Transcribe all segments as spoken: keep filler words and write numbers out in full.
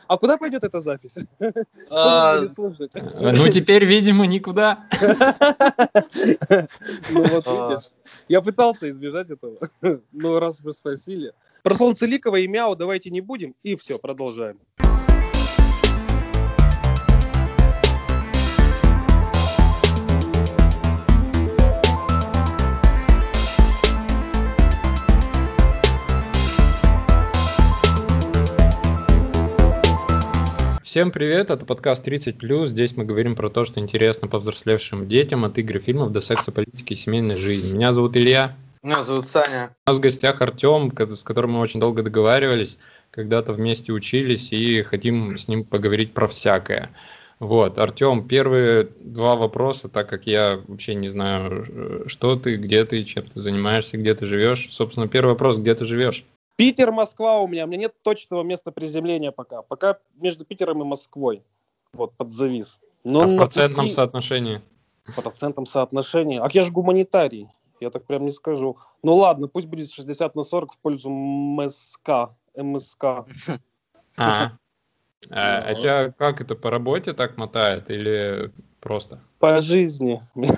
А куда пойдет эта запись? А, Кто слушать? Ну, теперь, видимо, никуда. Ну вот видишь, я пытался избежать этого. Ну раз вы спросили. Про Солнцеликова и Мяу давайте не будем. И все, продолжаем. Всем привет, это подкаст тридцать плюс. Здесь мы говорим про то, что интересно повзрослевшим детям, от игр и фильмов до секса, политики и семейной жизни. Меня зовут Илья. Меня зовут Саня. У нас в гостях Артем, с которым мы очень долго договаривались, когда-то вместе учились и хотим с ним поговорить про всякое. Вот, Артем, первые два вопроса, так как я вообще не знаю, что ты, где ты, чем ты занимаешься, где ты живешь. Собственно, первый вопрос, где ты живешь? Питер, Москва у меня. У меня нет точного места приземления пока. Пока между Питером и Москвой. Вот, подзавис. Но А в на процентном пути- соотношении? В процентном соотношении. А я же гуманитарий. Я так прям не скажу. Ну ладно, пусть будет шестьдесят на сорок в пользу МСК. МСК. А, а, а тебя как это, по работе так мотает или просто? По жизни. Меня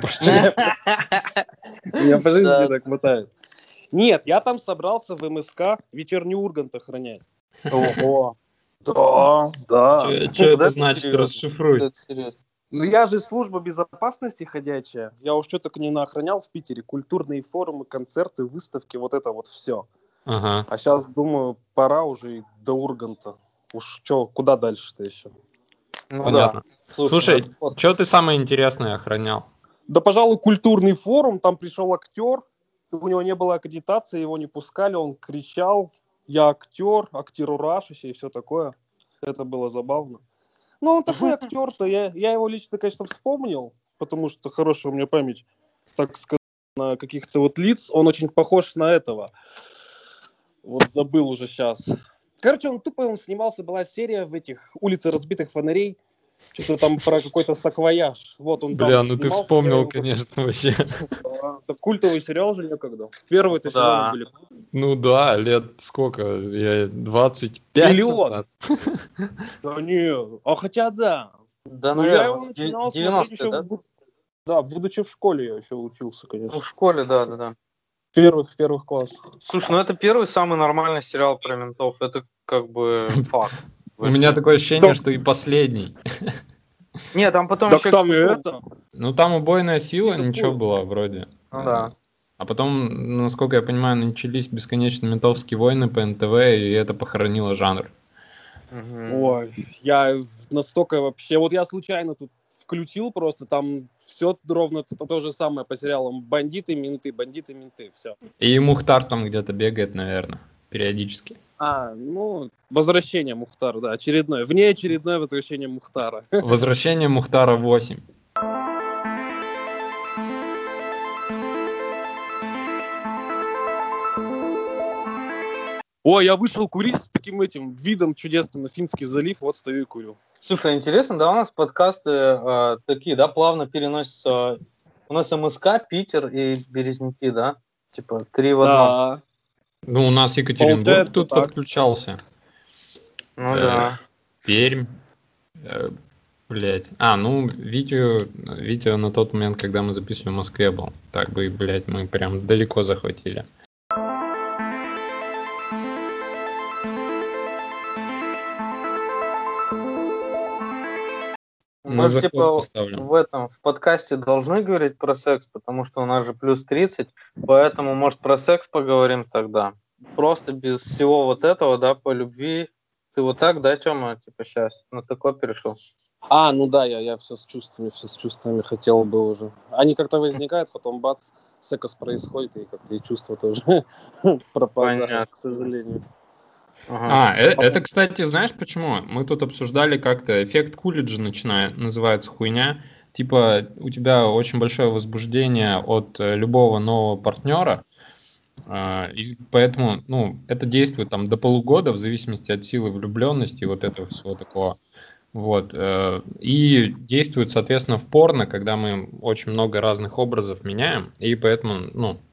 по жизни Да. так мотает. Нет, я там собрался в МСК Вечерний Ургант охранять. Ого. Да, да. Что вот это это значит? серьезно. Расшифруй. Это серьезно. Ну я же служба безопасности ходячая. Я уж что-то не наохранял в Питере. Культурные форумы, концерты, выставки, вот это вот все. Ага. А сейчас, думаю, пора уже и до Урганта. Уж что, куда дальше-то еще? Ну Понятно. да. Слушай, надо просто- что ты самое интересное охранял? Да, пожалуй, культурный форум. Там пришел актер. У него не было аккредитации, его не пускали. Он кричал: я актер, актер-урашище и все такое. Это было забавно. Ну, он такой актер-то. Я, я его лично, конечно, вспомнил, потому что хорошая у меня память, так сказать, на каких-то вот лиц. Он очень похож на этого. Вот забыл уже сейчас. Короче, он тупо, он снимался, была серия в этих «Улице разбитых фонарей». Что-то там про какой-то саквояж. Вот он Бля, там ну ты снимался, я вспомнил, его- конечно, вообще. А, так культовый сериал же некогда. Первые-то Да. сезоны были. Ну да, лет сколько? Я двадцать пять Миллион. назад. Да не, а хотя да. Да, Ну, я его наверное, начинал смотреть девяностые, еще, да? в бу- да, будучи в школе я еще учился, конечно. Ну, в школе, да, да, да. В первых, в первых классах. Слушай, ну это первый самый нормальный сериал про ментов. Это как бы факт. У меня такое ощущение, Да. что и последний. Нет, там потом Так еще... там и это. Ну там убойная сила, Сила ничего пуля. было вроде. Ну да. А потом, насколько я понимаю, начались бесконечные ментовские войны по эн тэ вэ, и это похоронило жанр. Мгм. Ой, я настолько вообще... Вот я случайно тут включил просто, там все ровно то, то же самое по сериалам. Бандиты, менты, бандиты, менты, все. И Мухтар там где-то бегает, наверное, периодически. А, ну, возвращение Мухтара, да, очередное. Внеочередное возвращение Мухтара. Возвращение Мухтара восемь. Ой, я вышел курить с таким этим видом чудесным на Финский залив, вот стою и курю. Слушай, интересно, да, у нас подкасты э, такие, да, плавно переносятся. У нас МСК, Питер и Березники, да? Типа три в одном. Да. Ну, у нас Екатеринбург Получается тут так. подключался. Ну Э, да. Пермь. Э, Блять. А, ну, видео, видео на тот момент, когда мы записывали в Москве был. Так бы, блядь, мы прям далеко захватили. На Мы же заход типа поставлю. в этом в подкасте должны говорить про секс, потому что у нас же плюс тридцать, поэтому, может, про секс поговорим тогда. Просто без всего вот этого, да, по любви. Ты вот так, да, Тёма, типа сейчас на такое перешел? А, ну да, я, я все с чувствами, все с чувствами хотел бы уже. Они как-то возникают, потом бац, секс происходит, и как-то и чувства тоже пропадают, Понятно. к сожалению. Ага. А, э- это, кстати, знаешь почему? Мы тут обсуждали как-то эффект Кулиджа, начиная, называется хуйня. Типа, у тебя очень большое возбуждение от э, любого нового партнера, э, и поэтому, ну, это действует там до полугода в зависимости от силы влюбленности и вот этого всего такого. Вот. э, И действует, соответственно, в порно, когда мы очень много разных образов меняем, и поэтому, ну,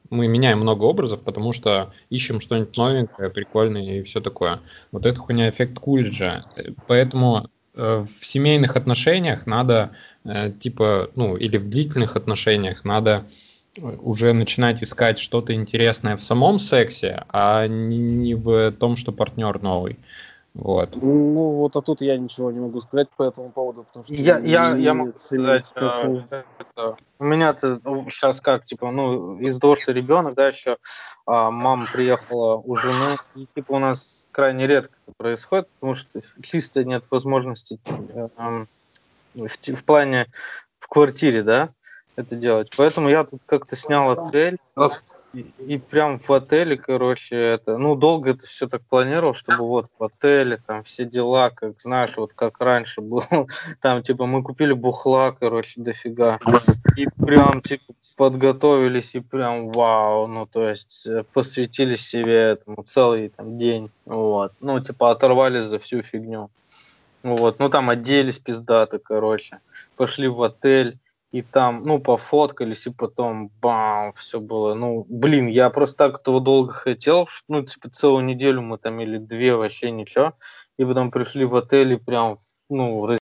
мы меняем много образов, потому что ищем что-нибудь новенькое, прикольное и все такое. Вот это хуйня эффект Кулиджа. Поэтому э, в семейных отношениях надо, э, типа, ну, или в длительных отношениях надо уже начинать искать что-то интересное в самом сексе, а не, не в том, что партнер новый. Вот. Ну, вот а тут я ничего не могу сказать по этому поводу, потому что Я, я, я не могу семейных сказать, э, отношений. это, у меня-то сейчас как, типа, ну, из-за того, что ребенок, да, еще а, мама приехала у жены, и, типа, у нас крайне редко это происходит, потому что чисто нет возможности э, э, в, в плане в квартире, да, это делать. Поэтому я тут как-то снял отель, и, и прям в отеле, короче, это, ну, долго это все так планировал, чтобы вот в отеле, там, все дела, как, знаешь, вот как раньше было, там, типа, мы купили бухла, короче, дофига, и прям, типа, подготовились, и прям, вау, ну, то есть, посвятили себе этому целый, там, день, вот, ну, типа, оторвались за всю фигню, вот, ну, там, оделись пиздато, короче, пошли в отель, и там, ну, пофоткались, и потом, бам, все было. Ну, блин, я просто так этого долго хотел, ну, типа, целую неделю мы там или две вообще ничего, и потом пришли в отель, и прям, ну, раз-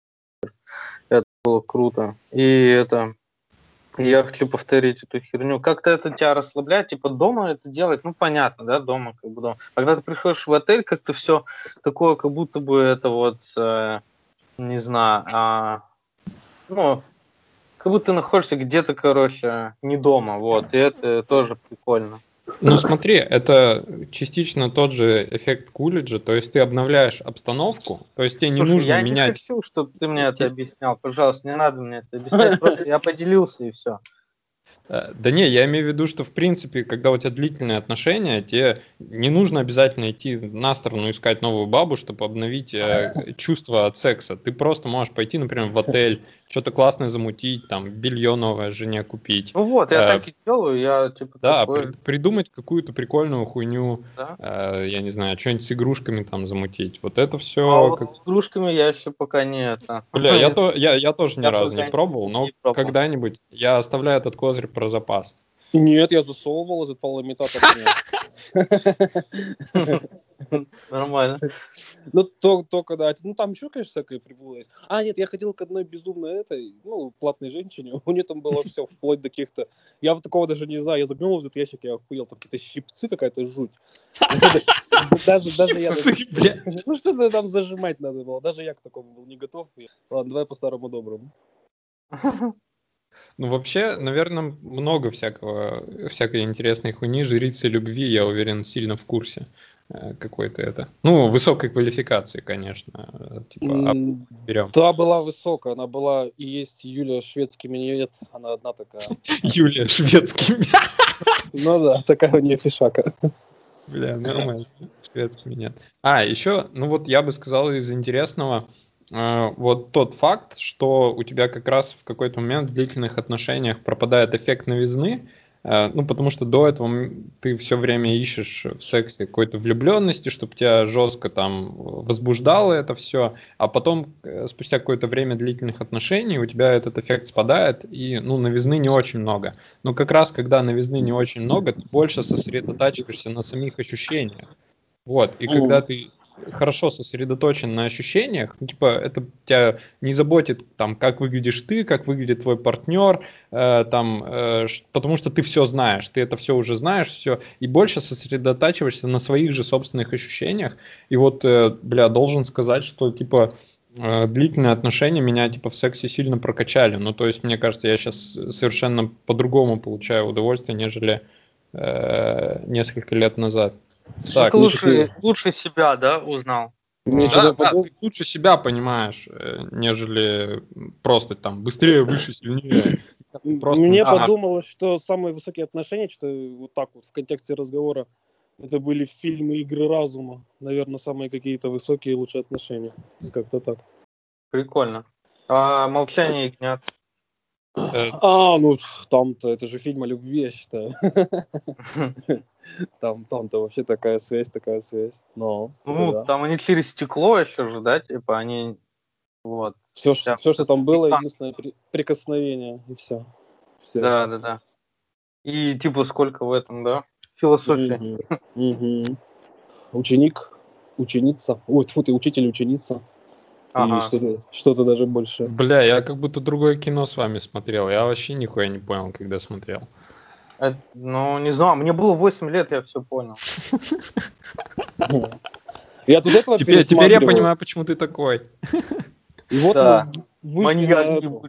это было круто. И это, я хочу повторить эту херню. Как-то это тебя расслабляет, типа, дома это делать, ну, понятно, да, дома, как бы дома. А когда ты приходишь в отель, как-то все такое, как будто бы это вот, э, не знаю, а, ну, как будто ты находишься где-то, короче, не дома, вот, и это тоже прикольно. Ну смотри, это частично тот же эффект Кулиджа, то есть ты обновляешь обстановку, то есть тебе не Слушай, нужно я не менять. хочу, чтобы ты мне это те- объяснял, пожалуйста, не надо мне это объяснять, просто я поделился и все. Э, Да не, я имею в виду, что в принципе, когда у тебя длительные отношения, тебе не нужно обязательно идти на сторону искать новую бабу, чтобы обновить э, чувство от секса. Ты просто можешь пойти, например, в отель, что-то классное замутить, там, белье новое жене купить. Ну вот, я Э, так и делаю, я типа Да, такой, при- придумать какую-то прикольную хуйню, да. э, я не знаю, что-нибудь с игрушками там замутить. Вот это А все, вот как... с игрушками я еще пока не это, Бля, я, то, я, я тоже ни я разу не пока пробовал, но не пробовал. когда-нибудь я оставляю этот козырь про запас. Нет, я засовывал этот фалоимитатор. Нормально. Ну, то, то, когда... Ну, там еще, конечно, всякое приблуда есть. А, нет, я ходил к одной безумной этой, ну, платной женщине. У нее там было все вплоть до каких-то... Я вот такого даже не знаю. Я заглянул в этот ящик, я охуел. Там какие-то щипцы, какая-то жуть. Даже, даже я... Ну, что-то там зажимать надо было. Даже я к такому был не готов. Ладно, давай по-старому доброму. Ну, вообще, наверное, много всякого, всякой интересной хуйни. Жрицы любви, я уверен, сильно в курсе э, какой-то это. Ну, высокой квалификации, конечно. э, Типа, а М, берем. Та была высокая. Она была и есть Юлия шведский миньет. Она одна такая. Юлия шведский. Ну да, такая у нее фишака. Бля, нормально. Шведский нет. А, еще, ну вот я бы сказал из интересного, э, вот тот факт, что у тебя как раз в какой-то момент в длительных отношениях пропадает эффект новизны, э, ну потому что до этого м, ты все время ищешь в сексе какой-то влюбленности, чтобы тебя жестко там возбуждало это все, а потом э, спустя какое-то время длительных отношений у тебя этот эффект спадает, и ну новизны не очень много. Но как раз когда новизны не очень много, ты больше сосредотачиваешься на самих ощущениях. Вот, и когда Мгм. ты хорошо сосредоточен на ощущениях, ну, типа, это тебя не заботит, там, как выглядишь ты, как выглядит твой партнер, э, там, э, ш- потому что ты все знаешь, ты это все уже знаешь, все, и больше сосредотачиваешься на своих же собственных ощущениях. И вот, э, бля, должен сказать, что, типа, э, длительные отношения меня, типа, в сексе сильно прокачали. Ну, то есть, мне кажется, я сейчас совершенно по-другому получаю удовольствие, нежели э, несколько лет назад. Ну, Так, ты Мне лучше, что-то лучше себя, да, узнал? мне А, да, что-то да, подумал. ты лучше себя понимаешь, э, нежели просто там быстрее, выше, сильнее. Ты просто Мне Ага. подумалось, что самые высокие отношения, что вот так вот в контексте разговора, это были фильмы «Игры разума». Наверное, самые какие-то высокие и лучшие отношения. Как-то так. Прикольно. А молчание ягнят. э, А, ну там-то, это же фильм о любви, я считаю. Там, там-то вообще такая связь, такая связь. Но, это Ну, да. там они через стекло еще же, да, типа они, вот, Все, вся все, что там было, механика. единственное при- прикосновение, и все. Все. Да, да, да. И типа сколько в этом, да? Философии. Угу. Угу. Ученик, ученица. Ой, тьфу ты, учитель, ученица. Ага. И что-то, что-то даже больше. Бля, я как будто другое кино с вами смотрел. Я вообще нихуя не понял, когда смотрел. Это, ну, не знаю, мне было восемь лет, я все понял. Я тут этого Теперь, теперь я понимаю, почему ты такой. И вот Да. мы вышли на Маньяк эту.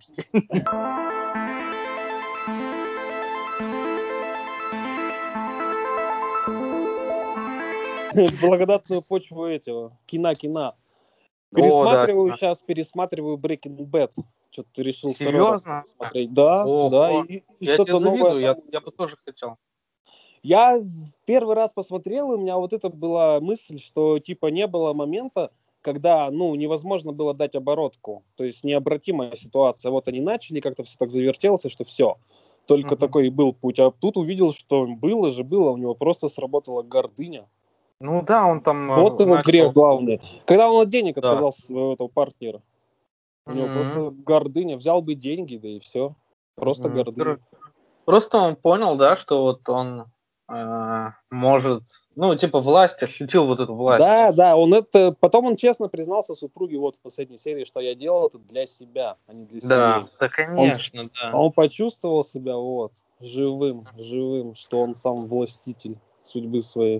Благодатную почву этого кино-кино. Пересматриваю О, да. сейчас, пересматриваю Breaking Bad. Что-то ты решил Серьезно? смотреть. Да, Ого. да. И, и Я что-то тебе завидую, новое. я, я бы тоже хотел. Я первый раз посмотрел, и у меня вот это была мысль, что типа не было момента, когда, ну, невозможно было дать оборотку. То есть необратимая ситуация. Вот они начали, как-то все так завертелось, что все. Только Мгм. такой и был путь. А тут увидел, что было же было, у него просто сработала гордыня. Ну да, он там э, Вот его начал. грех главный. Когда он от денег Да. отказался от своего этого партнера. У него Мгм. просто гордыня. Взял бы деньги, да и все. Просто Мгм. гордыня. Просто он понял, да, что вот он э, может, ну, типа, власть, ощутил вот эту власть. Да, да, он это. Потом он честно признался супруге вот в последней серии, что я делал это для себя, а не для Да, семьи. да, конечно, А да. он почувствовал себя вот живым, живым, что он сам властитель судьбы своей.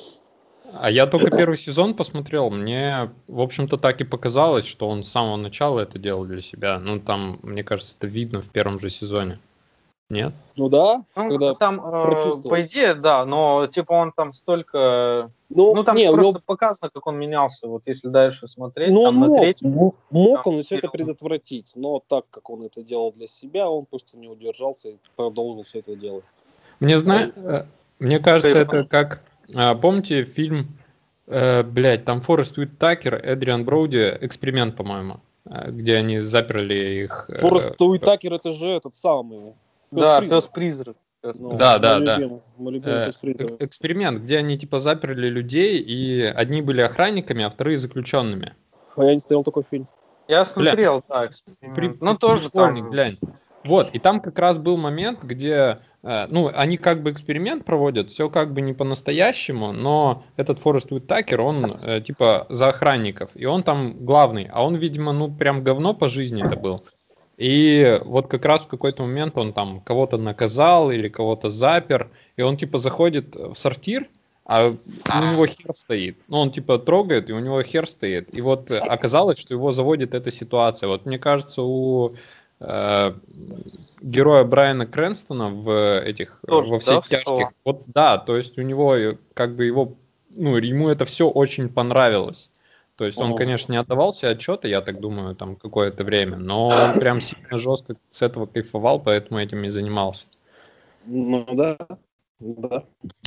А я только первый сезон посмотрел. Мне, в общем-то, так и показалось, что он с самого начала это делал для себя. Ну, там, мне кажется, это видно в первом же сезоне. Нет? Ну да, Ну, когда там, э, прочувствовал. по идее, да, но, типа, он там столько... Ну, Ну, там не, у просто него- показано, как он менялся. Вот если дальше смотреть, ну, там он на мог, третьем... м- мог там, он все это он- предотвратить, но так как он это делал для себя, он просто не удержался и продолжил все это делать. Мне, зна... э, мне кажется, это как... а, помните фильм, э, блядь, там Форест Уитакер, Эдриан Броуди, «Эксперимент», по-моему, э, где они заперли их... э, Форест Уитакер это же этот самый. Да, Пес-призрак. пес-призрак. Ну, Да, мой да, да. любимый, мой любимый э, пес-призрак. эк- эксперимент, где они типа заперли людей, и одни были охранниками, а вторые заключенными. А я не смотрел такой фильм. Я смотрел, да, эксперимент. При- Ну, тоже прикольник, там... глянь. Вот, и там как раз был момент, где, э, ну, они как бы эксперимент проводят, все как бы не по-настоящему, но этот Форест Уитакер, он э, типа за охранников, и он там главный, а он, видимо, ну, прям говно по жизни это был. И вот как раз в какой-то момент он там кого-то наказал или кого-то запер, и он типа заходит в сортир, а у него хер стоит. Ну, он типа трогает, и у него хер стоит. И вот оказалось, что его заводит эта ситуация. Вот мне кажется, у э, героя Брайана Крэнстона в этих, Тоже, во всех да, встала? тяжких, вот да, то есть у него э, как бы его, ну, ему это все очень понравилось. То есть он, Ага. конечно, не отдавал себе отчета, я так думаю, там какое-то время, но он прям сильно жестко с этого кайфовал, поэтому этим и занимался. Ну да, да.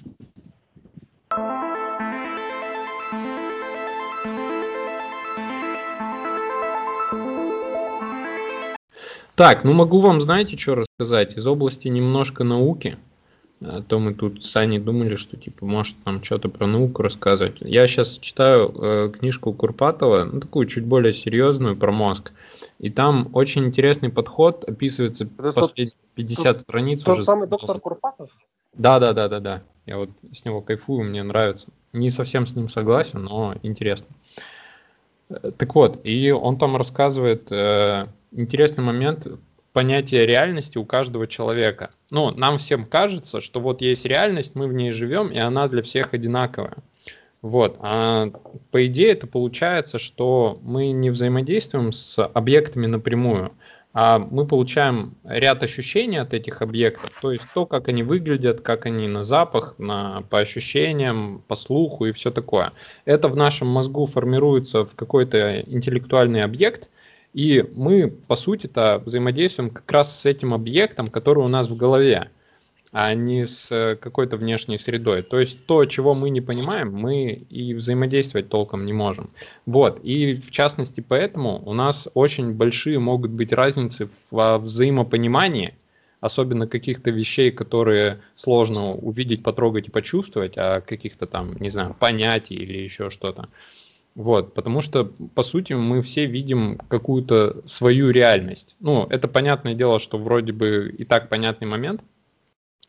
Так, ну могу вам, знаете, что рассказать? Из области немножко науки. А то мы тут с Аней думали, что типа может нам что-то про науку рассказывать. Я сейчас читаю э, книжку Курпатова, ну такую чуть более серьезную про мозг. И там очень интересный подход, описывается Это тот- последние пятьдесят страниц Тот уже. самый доктор Курпатов? Да, да, да, да, да. Я вот с него кайфую, мне нравится. Не совсем с ним согласен, но интересно. Э, Так вот, и он там рассказывает э, интересный момент понятия реальности у каждого человека. Ну, нам всем кажется, что вот есть реальность, мы в ней живем, и она для всех одинаковая. Вот. А по идее это получается, что мы не взаимодействуем с объектами напрямую, а мы получаем ряд ощущений от этих объектов, то есть то, как они выглядят, как они на запах, на, по ощущениям, по слуху и все такое. Это в нашем мозгу формируется в какой-то интеллектуальный объект, и мы, по сути-то, взаимодействуем как раз с этим объектом, который у нас в голове, а не с какой-то внешней средой. То есть то, чего мы не понимаем, мы и взаимодействовать толком не можем. Вот. И в частности поэтому у нас очень большие могут быть разницы во взаимопонимании, особенно каких-то вещей, которые сложно увидеть, потрогать и почувствовать, а каких-то там, не знаю, понятий или еще что-то. Вот, потому что, по сути, мы все видим какую-то свою реальность. Ну, это понятное дело, что вроде бы и так понятный момент,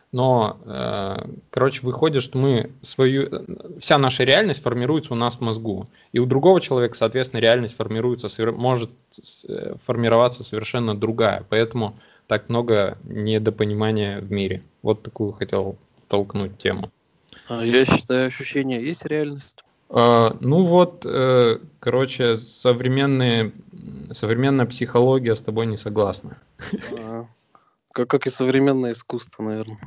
но, э, короче, выходит, что мы свою, вся наша реальность формируется у нас в мозгу, и у другого человека, соответственно, реальность формируется, может формироваться совершенно другая, поэтому так много недопонимания в мире. Вот такую хотел толкнуть тему. Я считаю, ощущение есть реальность. Uh, ну вот, uh, короче, современные, современная психология с тобой не согласна. А, как, как и современное искусство, наверное.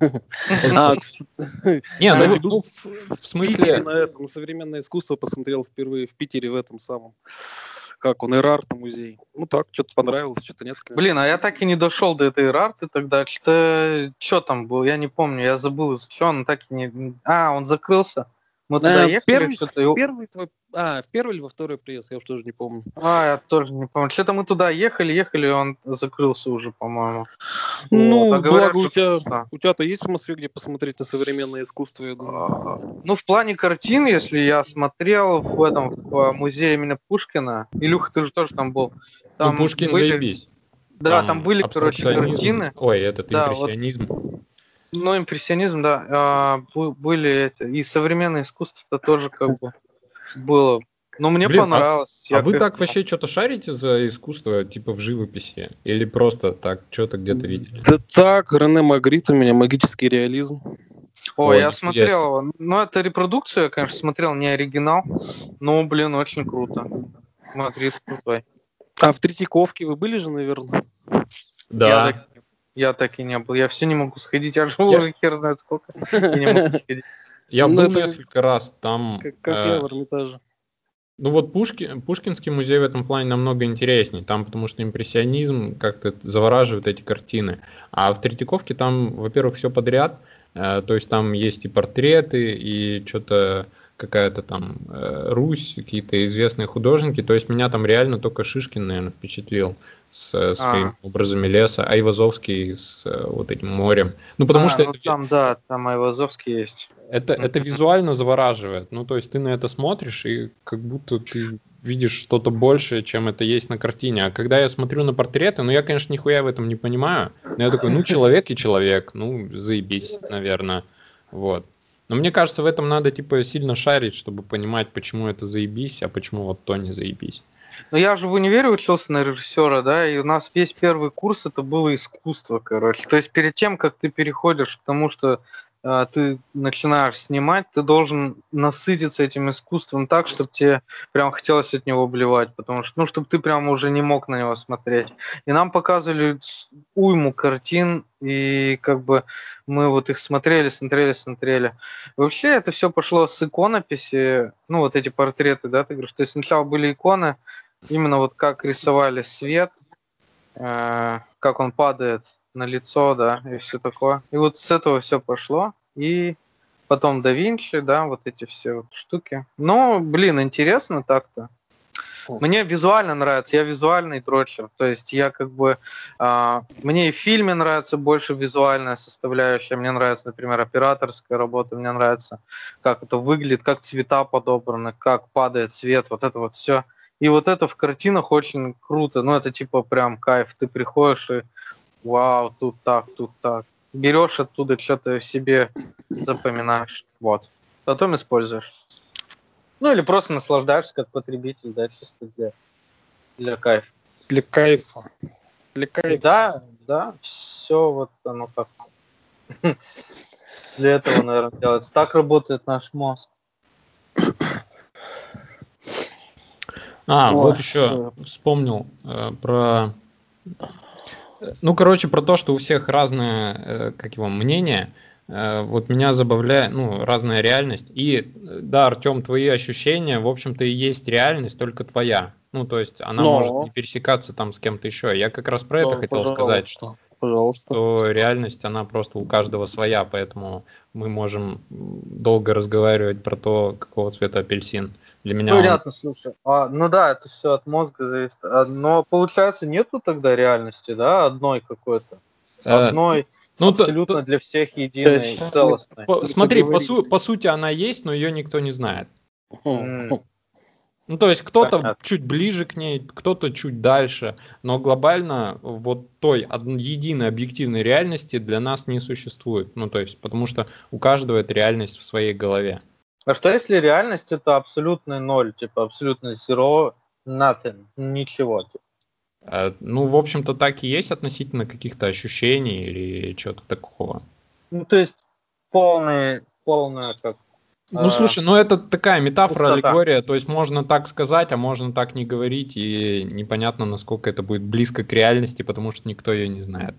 Не, ну в смысле... На этом современное искусство посмотрел впервые в Питере в этом самом... Как он, Эрарта музей. Ну так, что-то понравилось, что-то нет. Блин, а я так и не дошел до этой Эрарты тогда. Что, что там было, я не помню, я забыл, что он так и не... А, он закрылся. Мы туда а, ехали, в первый, что-то... В первый твой... А, в первый или во второй приезд, я уж тоже не помню. А, я тоже не помню. Что-то мы туда ехали, ехали, и он закрылся уже, по-моему. Ну, вот. А говорят, благо, что... у тебя, у тебя-то есть в Москве, где посмотреть на современное искусство, я думаю. Ну, в плане картин, если я смотрел в этом в музее именно Пушкина, Илюха, ты же тоже там был. Там ну, Пушкин были... заебись. Да, там, там были, короче, картины. Ой, этот да, импрессионизм. Вот... Ну, импрессионизм, да. А, были эти. И современное искусство тоже как бы было. Но мне Блин, понравилось. А, а вы так вообще что-то шарите за искусство, типа в живописи? Или просто так, что-то где-то видели? Да так, Рене Магрит у меня, магический реализм. О, Ой, я смотрел его. Ну, это репродукцию, я, конечно, смотрел, не оригинал. Но, блин, очень круто. Магрит крутой. А в Третьяковке вы были же, наверное? Да. Я так, я так и не был. Я все не могу сходить. Я живу я... уже хер знает сколько. Я не могу сходить. Я был несколько раз там. Как я в Эрмитаже. Ну вот Пушкин, Пушкинский музей в этом плане намного интереснее, там потому что импрессионизм как-то завораживает эти картины, а в Третьяковке там, во-первых, все подряд, э, то есть там есть и портреты, и что-то какая-то там э, Русь, какие-то известные художники, то есть меня там реально только Шишкин, наверное, впечатлил с э, своими а. образами леса, а Айвазовский с э, вот этим морем. Ну потому а, что ну, это... там, да, там Айвазовский есть. Это, это визуально завораживает. Ну, то есть ты на это смотришь, и как будто ты видишь что-то большее, чем это есть на картине. А когда я смотрю на портреты, ну, я, конечно, нихуя в этом не понимаю. Но я такой, ну, человек и человек, ну, заебись, наверное. Вот. Но мне кажется, в этом надо, типа, сильно шарить, чтобы понимать, почему это заебись, а почему вот то не заебись. Ну, я же в универе учился на режиссера, да, и у нас весь первый курс это было искусство, короче. То есть перед тем, как ты переходишь к тому, что э, ты начинаешь снимать, ты должен насытиться этим искусством так, чтобы тебе прям хотелось от него блевать, потому что, ну, чтобы ты прям уже не мог на него смотреть. И нам показывали уйму картин, и как бы мы вот их смотрели, смотрели, смотрели. Вообще это все пошло с иконописи, ну, вот эти портреты, да, ты говоришь, то есть сначала были иконы, именно вот как рисовали свет, э, как он падает на лицо, да, и все такое. И вот с этого все пошло. И потом да Винчи, да, вот эти все вот штуки. Но, блин, интересно так-то. Мне визуально нравится, я визуальный дрочер. То есть я как бы... Э, мне и в фильме нравится больше визуальная составляющая. Мне нравится, например, операторская работа. Мне нравится, как это выглядит, как цвета подобраны, как падает свет, вот это вот все. И вот это в картинах очень круто. Ну, это типа прям кайф. Ты приходишь и вау, тут так, тут так. Берешь оттуда что-то себе запоминаешь. Вот. Потом используешь. Ну, или просто наслаждаешься как потребитель, да, чисто для, для кайфа. Для кайфа. Для кайфа. Да, да, все вот оно как. Для этого, наверное, делается. Так работает наш мозг. А, Ой, вот еще да. вспомнил э, про... Ну, короче, про то, что у всех разное, э, как его, мнение. Э, вот меня забавляет, ну, разная реальность. И, да, Артем, твои ощущения, в общем-то, и есть реальность, только твоя. Ну, то есть она Но... может не пересекаться там с кем-то еще. Я как раз про да, это хотел пожалуйста. сказать, что... Пожалуйста. То реальность, она просто у каждого своя, поэтому мы можем долго разговаривать про то, какого цвета апельсин. Для меня Понятно, он... слушай. А, ну да, это все от мозга зависит. А, но получается, нету тогда реальности, да, одной какой-то. Одной, а, ну, абсолютно то, для всех единой, то, целостной. По, смотри, по, су, по сути она есть, но ее никто не знает. Mm. Ну, то есть кто-то Понятно. чуть ближе к ней, кто-то чуть дальше, но глобально вот той од- единой объективной реальности для нас не существует. Ну, то есть, потому что у каждого эта реальность в своей голове. А что если реальность это абсолютный ноль, типа абсолютно zero, nothing, ничего? Типа. Э, Ну, в общем-то, так и есть относительно каких-то ощущений или чего-то такого. Ну, то есть полный, полная как... Ну, э, слушай, ну это такая метафора, пустота. аллегория, то есть можно так сказать, а можно так не говорить, и непонятно, насколько это будет близко к реальности, потому что никто ее не знает.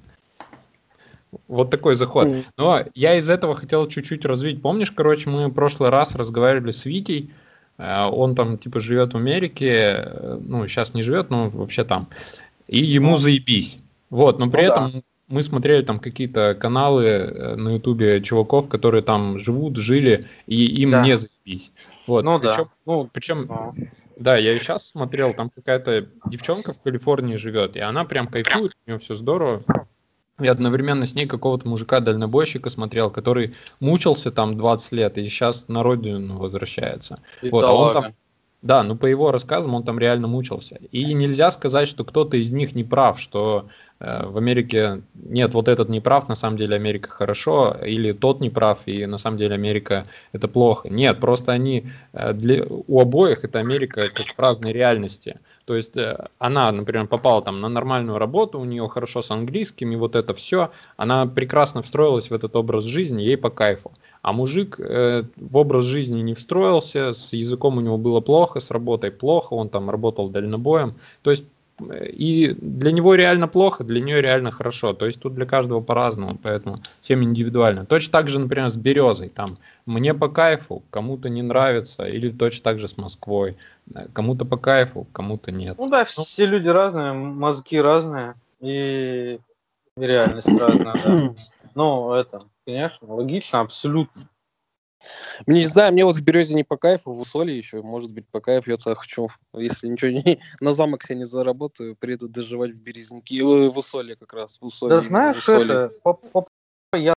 Вот такой заход. Мгм. Но я из этого хотел чуть-чуть развить. Помнишь, короче, мы в прошлый раз разговаривали с Витей, э, он там типа живет в Америке, э, ну, сейчас не живет, но вообще там, и ему Ну, заебись. Вот, но при ну да. этом мы смотрели там какие-то каналы э, на ютубе чуваков, которые там живут, жили, и им Да. не заебись. Вот, Ну причем, да. Ну, причем, ну. да, я и сейчас смотрел, там какая-то девчонка в Калифорнии живет, и она прям кайфует, у нее все здорово. И одновременно с ней какого-то мужика-дальнобойщика смотрел, который мучился там двадцать лет и сейчас на родину возвращается. Вот, а он там, Бедолага. да, ну по его рассказам он там реально мучился. И нельзя сказать, что кто-то из них не прав, что э, в Америке нет, вот этот не прав, на самом деле Америка хорошо, или тот не прав, и на самом деле Америка это плохо. Нет, просто они, э, для, у обоих это Америка как в разной реальности. То есть э, она, например, попала там на нормальную работу, у нее хорошо с английским, и вот это все, она прекрасно встроилась в этот образ жизни, ей по кайфу. А мужик э, в образ жизни не встроился, с языком у него было плохо, с работой плохо, он там работал дальнобоем. То есть э, и для него реально плохо, для нее реально хорошо. То есть тут для каждого по-разному, поэтому всем индивидуально. Точно так же, например, с Березой. Там мне по кайфу, кому-то не нравится, или точно так же с Москвой. Э, Кому-то по кайфу, кому-то нет. Ну да, Ну, все люди разные, мозги разные, и реальность разная, да. Ну, это, конечно, логично, абсолютно. Мне не знаю, мне вот в Березе не по кайфу, в Усолье еще, может быть, по кайфу, я туда хочу, если ничего не, на замок себе не заработаю, приеду доживать в Березники, э, в Усолье как раз, в Усолье, Да именно в знаешь, Усолье. это, по- по- я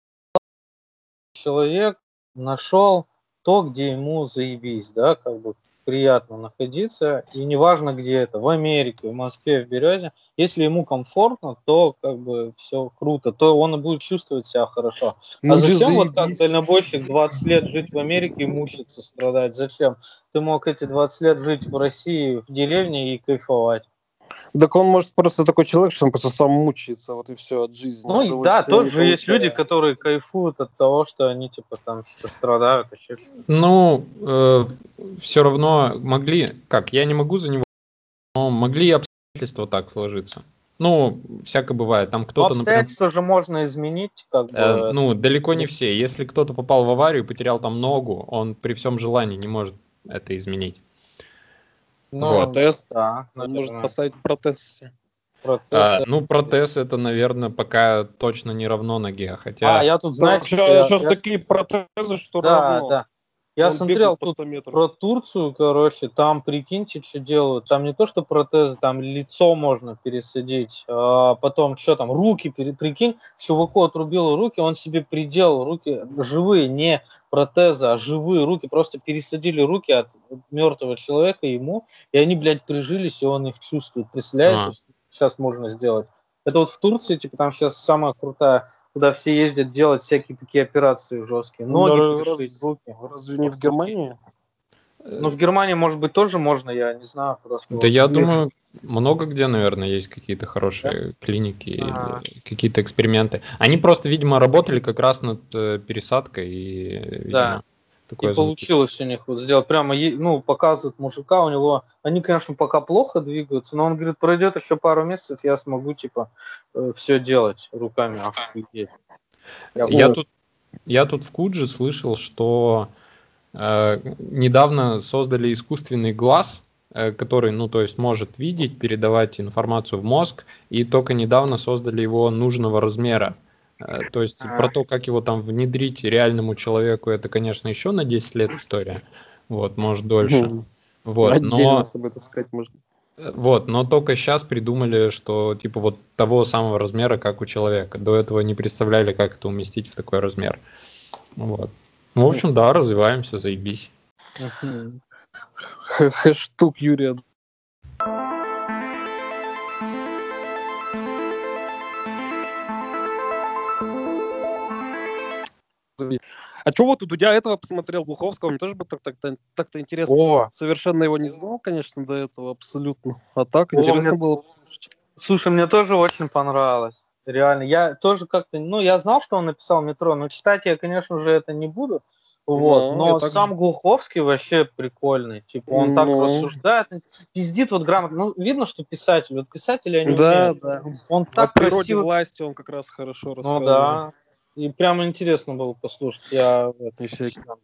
человек нашел то, где ему заебись, да, как бы приятно находиться, и неважно где это, в Америке, в Москве, в Березе, если ему комфортно, то как бы все круто, то он и будет чувствовать себя хорошо. Ну А или зачем вот как заебись. дальнобойщик двадцать лет жить в Америке и мучиться, страдать? Зачем? Ты мог эти двадцать лет жить в России, в деревне и кайфовать. Так он, может, просто такой человек, что он просто сам мучается, вот и все, от жизни. Ну и да, удовольствия не тоже есть люди, получая. которые кайфуют от того, что они типа там что-то страдают, еще что-то. Ну, э, все равно могли, как, я не могу за него, но могли и обстоятельства так сложиться. Ну, всякое бывает. Там Ну, кто-то, например, обстоятельства же можно изменить, как бы. э, ну, далеко не Или- все. Если кто-то попал в аварию, потерял там ногу, он при всем желании не может это изменить. Ну, Вот. Протез. да, Он может наверное. поставить протез. Протез, А, да. ну, протез это, наверное, пока точно не равно ноге, хотя... А, я тут, знаете, Сейчас, что я- сейчас я- такие протезы, что Да, равно. да. Я Он смотрел бегает по тут сто метров. про Турцию, короче, там, прикиньте, что делают. Там не то, что протезы, там лицо можно пересадить, а потом, что там, руки, пере- прикинь, чуваку отрубило руки, он себе приделал руки живые, не протезы, а живые руки, просто пересадили руки от мертвого человека ему, и они, блядь, прижились, и он их чувствует. Представляете, А. что сейчас можно сделать? Это вот в Турции, типа, там сейчас самая крутая, куда все ездят делать всякие такие операции жесткие. Ноги Ну, перешить, раз- руки. Разве не в Германии? Ну, в Германии, может быть, тоже можно, я не знаю, просто... Да вот я вижу. думаю, много где, наверное, есть какие-то хорошие клиники Ага. или какие-то эксперименты. Они просто, видимо, работали как раз над э, пересадкой и, видимо, Да. такое И получилось у них вот сделать. Прямо, е- ну, показывают мужика, у него... Они, конечно, пока плохо двигаются, но он говорит, пройдет еще пару месяцев, я смогу, типа, все делать руками. Охуеть. Я Я вот- тут, я тут в Кудже слышал, что э, недавно создали искусственный глаз, э, который, ну, то есть может видеть, передавать информацию в мозг, и только недавно создали его нужного размера. Э, то есть А. про то, как его там внедрить реальному человеку, это, конечно, еще на десять лет история. Вот, может, дольше. Мгм. Вот, Отдельно но... с собой таскать можно. Вот, но только сейчас придумали, что типа вот того самого размера, как у человека. До этого не представляли, как это уместить в такой размер. Вот. Ну, в общем, да, развиваемся, заебись. Мгм. Хэштук Юрия. А что вот у Дудя этого посмотрел, Глуховского? Мне тоже бы так- так-то, так-то интересно. О, Совершенно его не знал, конечно, до этого, абсолютно. А так О, интересно мне- было послушать. слушай, мне тоже очень понравилось. Реально, я тоже как-то, ну, я знал, что он написал «Метро», но читать я, конечно же, это не буду. Вот, Ну, я но так сам же. Глуховский вообще прикольный. Типа, он так Ну. рассуждает, пиздит вот грамотно. Ну, видно, что писатель. Вот писатели они Да, умеют. да. Он О так природе красиво. власти он как раз хорошо Ну рассказывал. да. И прямо интересно было послушать. Я это, И всякие. прочитал.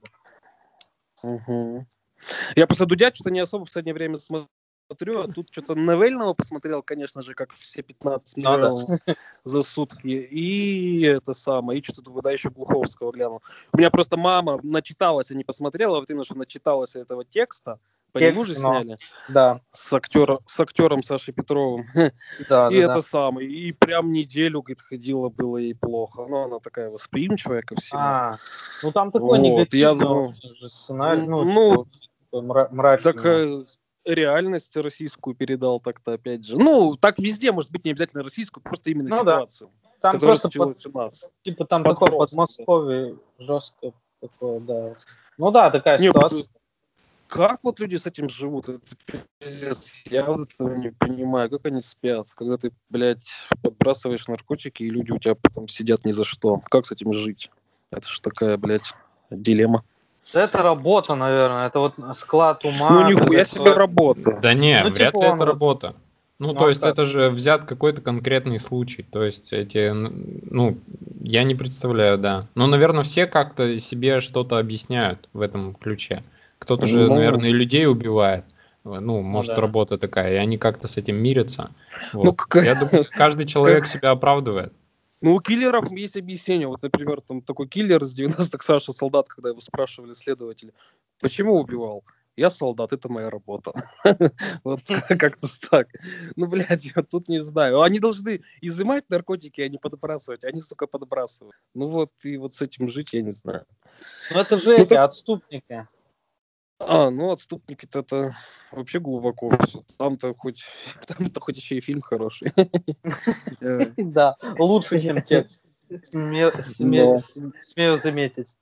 Мгм. Я просто Дудя что-то не особо в последнее время смотрю, а тут что-то Навельного посмотрел, конечно же, как все пятнадцать Ну да. миллионов за сутки. И это самое, и что-то думаю, да, еще Глуховского глянул. У меня просто мама начиталась, а не посмотрела, вот именно, что начиталась этого текста. По нему Текст же кино. сняли. Да. С актером, с актером Сашей Петровым. Да, И да, это да. самое. И прям неделю, говорит, ходила, было ей плохо. Но она такая восприимчивая ко всему. А, ну там такой Вот, я негативный думаю, очень же сценарий, ну, м, типа, ну, вот такой мра- мрачный. так э, реальность российскую передал так-то, опять же. Ну, так везде, может быть, не обязательно российскую, просто именно Ну да. ситуацию, Там которая просто случилась под, у нас. типа там такое Подростки, да. Подмосковье жесткое такое, да. Ну да, такая Не, ситуация. как вот люди с этим живут? Это пиздец. Я вот этого не понимаю. Как они спят? Когда ты, блядь, подбрасываешь наркотики, и люди у тебя потом сидят ни за что. Как с этим жить? Это ж такая, блядь, дилемма. Это работа, наверное. Это вот склад ума. Ну, когда нихуя себе человек- работа. Да не, Ну, вряд типа ли он это вот- работа. Ну, Ну, то а есть как? это же взят какой-то конкретный случай. То есть эти, н- ну, я не представляю, да. Но, наверное, все как-то себе что-то объясняют в этом ключе. Кто-то же, Ну. наверное, и людей убивает. Ну, может, да. работа такая, и они как-то с этим мирятся. Ну, Вот. как- Я думаю, каждый человек себя оправдывает. Ну, у киллеров есть объяснение. Вот, например, там такой киллер из девяностых, Саша Солдат, когда его спрашивали следователи, почему убивал? Я солдат, это моя работа. Вот как-то так. Ну, блядь, я тут не знаю. Они должны изымать наркотики, а не подбрасывать. Они, сука, подбрасывают. Ну вот, и вот с этим жить я не знаю. Ну это же Ну, эти так- отступники. А, ну, отступники-то это вообще глубоко все. Там-то хоть, там-то хоть еще и фильм хороший. Э, Да, лучше, чем текст. Сме- сме- Но. см- Смею заметить.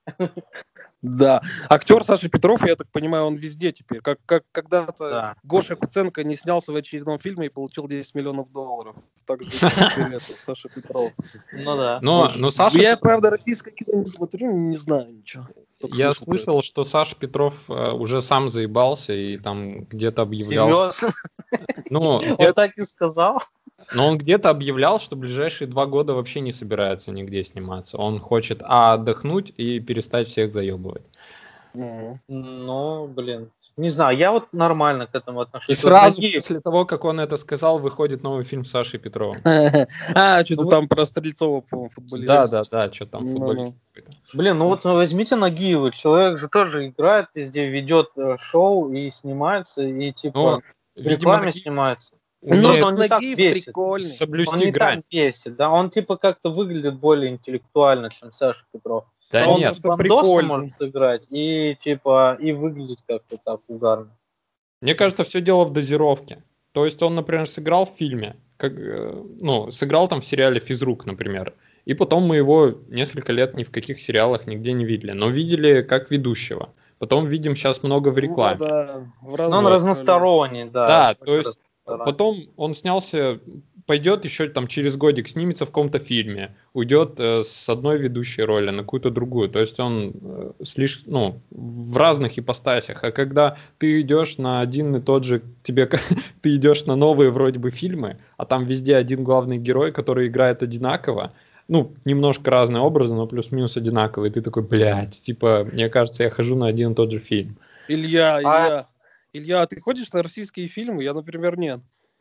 Да. Актер Саша Петров, я так понимаю, он везде теперь. Как, как когда-то Да. Гоша Куценко не снялся в очередном фильме и получил десять миллионов долларов. Так же и теперь этот Саша Петров. Ну да. Но, Он- но Саша, Я, правда, российское кино не смотрю, не знаю ничего. Только я слышал про слышал, что Саша Петров э, уже сам заебался и там где-то объявлял. Серьезно? Ну, Он где- так и сказал? но он где-то объявлял, что ближайшие два года вообще не собирается нигде сниматься. Он хочет а отдохнуть и перестать всех заебывать. это. Ну, блин. Не знаю, я вот нормально к этому И отношусь. Вот сразу Нагиев- после того, как он это сказал, выходит новый фильм Саши Петрова. А, что-то Ну, там про Стрельцова, по-моему, футболиста. Да, да, да, что там Ну, футболист какой-то. Блин, ну вот возьмите Нагиева, человек же тоже играет везде, ведет э, шоу и снимается, и типа Ну, в видимо, рекламе Нагиев снимается. Ну, умеет он не так Нагиев бесит. прикольный. Он соблюсти не грань. так бесит, да, он типа как-то выглядит более интеллектуально, чем Саша Петров. Да он нет, просто Бандоса прикольный. может сыграть и типа и выглядит как-то так угарно. мне кажется, все дело в дозировке. То есть он, например, сыграл в фильме, как, э, ну, сыграл там в сериале «Физрук», например, и потом мы его несколько лет ни в каких сериалах нигде не видели, но видели как ведущего. Потом видим сейчас много в рекламе. Ну, да, в Но он разных разносторонний, да. Да, очень то есть разносторонний. Потом он снялся, пойдет еще там через годик, снимется в каком-то фильме, уйдет э, с одной ведущей роли на какую-то другую. То есть он э, слишком, ну, в разных ипостасях. А когда ты идешь на один и тот же, тебе ты идешь на новые вроде бы фильмы, а там везде один главный герой, который играет одинаково, ну, немножко разные образы, но плюс-минус одинаковые. И ты такой, блядь, типа, мне кажется, я хожу на один и тот же фильм. Илья, А- Илья. Илья, а ты ходишь на российские фильмы? Я, например, нет.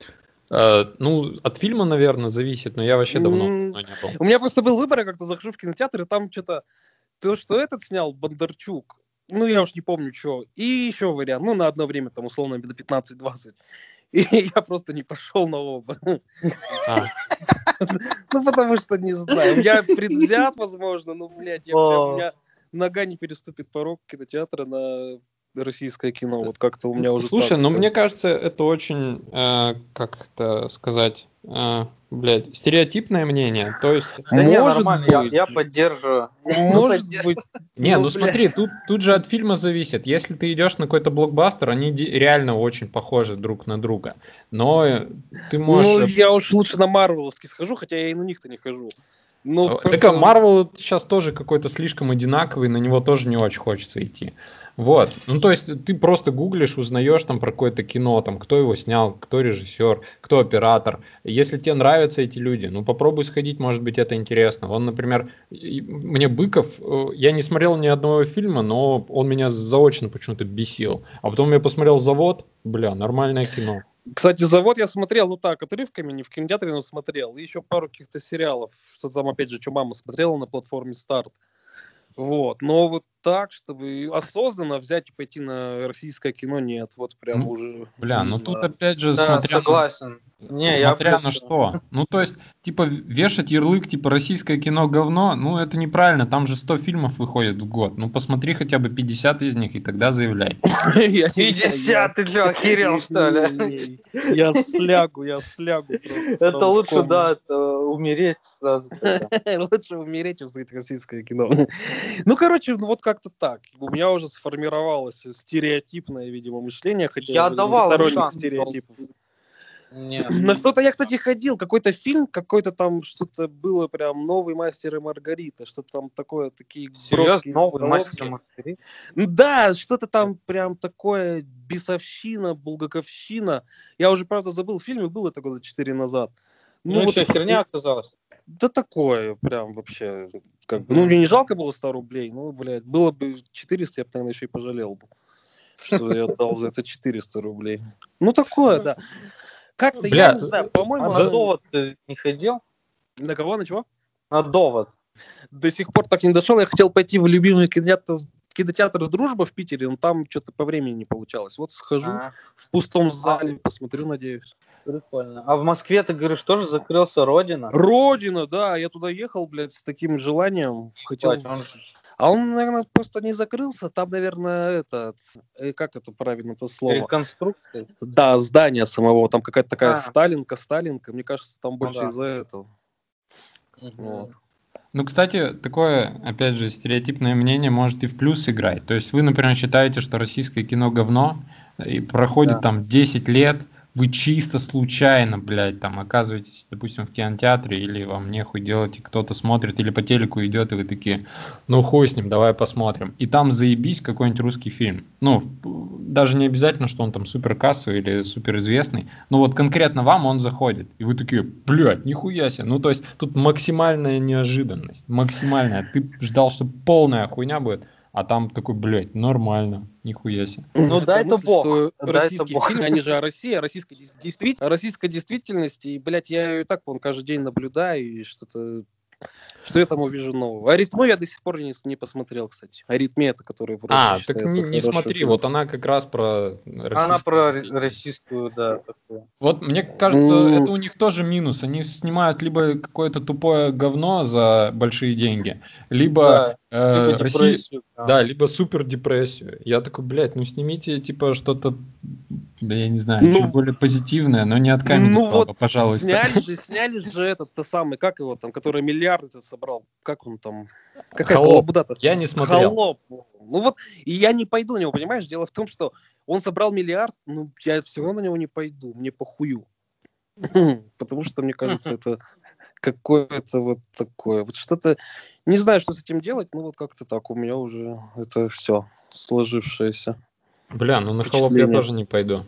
Э, ну, от фильма, наверное, зависит, но я вообще давно М, давно не был. У меня просто был выбор, я как-то захожу в кинотеатр, и там что-то... То, что этот снял, Бондарчук, ну, я уж не помню, что. И еще вариант, ну, на одно время, там, условно, до пятнадцать-двадцать. И я просто не пошел на оба. А, Ну, потому что, не знаю, я предвзят, возможно, но, блядь, я, О. у меня нога не переступит порог кинотеатра на российское кино. Вот как-то у меня уже Слушай, так, ну что- мне кажется, это очень, э, как это сказать, э, блядь, стереотипное мнение. То есть, Да не, Может нормально, я, быть. я поддерживаю. Может быть. не, ну блядь. смотри, тут, тут же от фильма зависит. Если ты идешь на какой-то блокбастер, они ди- реально очень похожи друг на друга. Но э, ты Ну, можешь... я уж лучше на Марвеловский схожу, хотя я и на них-то не хожу. Ну, Так просто... а Марвел сейчас тоже какой-то слишком одинаковый, на него тоже не очень хочется идти. Вот. Ну, то есть ты просто гуглишь, узнаешь там про какое-то кино, там, кто его снял, кто режиссер, кто оператор. Если тебе нравятся эти люди, ну, попробуй сходить, может быть, это интересно. Он, например, и- мне Быков, э, я не смотрел ни одного фильма, но он меня заочно почему-то бесил. А потом я посмотрел «Завод», бля, нормальное кино. Кстати, «Завод» я смотрел, ну так, отрывками, не в кинотеатре, но смотрел. И еще пару каких-то сериалов, что там, опять же, что мама смотрела на платформе «Старт». Вот. Но вот так, чтобы осознанно взять и пойти на российское кино, нет. Вот прям Ну, уже... Бля, не ну знаю. тут опять же, Да, смотря на- согласен. Не, я Смотря плюс- на что. Ну, то есть, типа, вешать ярлык, типа, российское кино говно, ну, это неправильно, там же сто фильмов выходит в год. Ну, посмотри хотя бы пятьдесят из них, и тогда заявляй. Я не- пятьдесят, ты что, охерел, что ли? Не-не-не. Я слягу, я слягу просто. Это сразу в лучше, кому. да, это умереть сразу. Лучше умереть, чем смотреть российское кино. Ну, короче, ну вот как-то так. У меня уже сформировалось стереотипное, видимо, мышление, хотя Я не давал сторонник шанс. стереотипов. Нет. На что-то я, кстати, ходил, какой-то фильм, какой-то там что-то было прям «Новый мастер и Маргарита», что-то там такое, такие Серьезно, броские новый головки. мастер Маргарита? Ну да, что-то там прям такое бесовщина, булгаковщина. Я уже, правда, забыл фильм, и было это года четыре назад. Ну, вот что, херня оказалась? Да такое, прям вообще, как бы, ну, мне не жалко было сто рублей, ну, блядь, было бы четыреста, я бы, наверное, еще и пожалел бы, что я отдал за это четыреста рублей. Ну, такое, да. Как-то, Бля, я не знаю, по-моему... А За- на довод ты не ходил? На кого, на чего? На довод. До сих пор так не дошел, я хотел пойти в любимый кинотеатр, кинотеатр «Дружба» в Питере, но там что-то по времени не получалось. Вот схожу А, в пустом зале, посмотрю, надеюсь. прикольно. А в Москве, ты говоришь, тоже закрылся Родина? Родина, да, я туда ехал, блядь, с таким желанием. Хотел... Бать, он ж- А он, наверное, просто не закрылся. Там, наверное, это... э, Как это правильно это слово? Реконструкция? Да, здание самого. Там какая-то такая А. Сталинка, Сталинка. Мне кажется, там больше да. из-за этого. Мгм. Вот. Ну, кстати, такое, опять же, стереотипное мнение может и в плюс играть. То есть вы, например, считаете, что российское кино говно, и проходит Да. там десять лет, вы чисто случайно, блядь, там оказываетесь, допустим, в кинотеатре, или вам нехуй делать, и кто-то смотрит, или по телеку идет, и вы такие, ну хуй с ним, давай посмотрим. И там заебись какой-нибудь русский фильм. Ну, даже не обязательно, что он там супер кассовый или супер известный, но вот конкретно вам он заходит. И вы такие, блядь, нихуя себе. Ну, то есть тут максимальная неожиданность, максимальная. Ты ждал, что полная хуйня будет, а там такой, блядь, нормально, нихуя себе. Ну, Это дай-то мысль, бог. что Дай-то российские бог. фильмы, они же о России, о российской, дес- действи- о российской действительности. И, блядь, я ее и так, вон, каждый день наблюдаю, и что-то... Что я там увижу нового? «Аритмию» я до сих пор не, не посмотрел, кстати. «Аритмия» это, который вроде А, так считается не, не хорошим смотри, фильмом. вот она как раз про российскую Она про действительность. российскую, да, такую. Вот мне кажется, Ну. это у них тоже минус. Они снимают либо какое-то тупое говно за большие деньги, либо, Да, э, либо Россия- депрессию. да. да, либо супер депрессию. Я такой, блядь, ну снимите типа что-то, бля, я не знаю, Ну, чуть более позитивное, но не от Comedy Ну Club, вот, пожалуйста. сняли же, сняли же этот, то самый, как его там, который миллиард этот собрал, как он там, какая-то Холоп. лабуда-то. Я не смотрел. Холоп. Ну вот, и я не пойду на него, понимаешь? Дело в том, что он собрал миллиард, ну, я все равно на него не пойду, мне похую. Потому что, мне кажется, это какое-то вот такое, вот что-то, не знаю, что с этим делать, ну вот как-то так, у меня уже это все сложившееся. Бля, ну на холоп я Впечатление. тоже не пойду.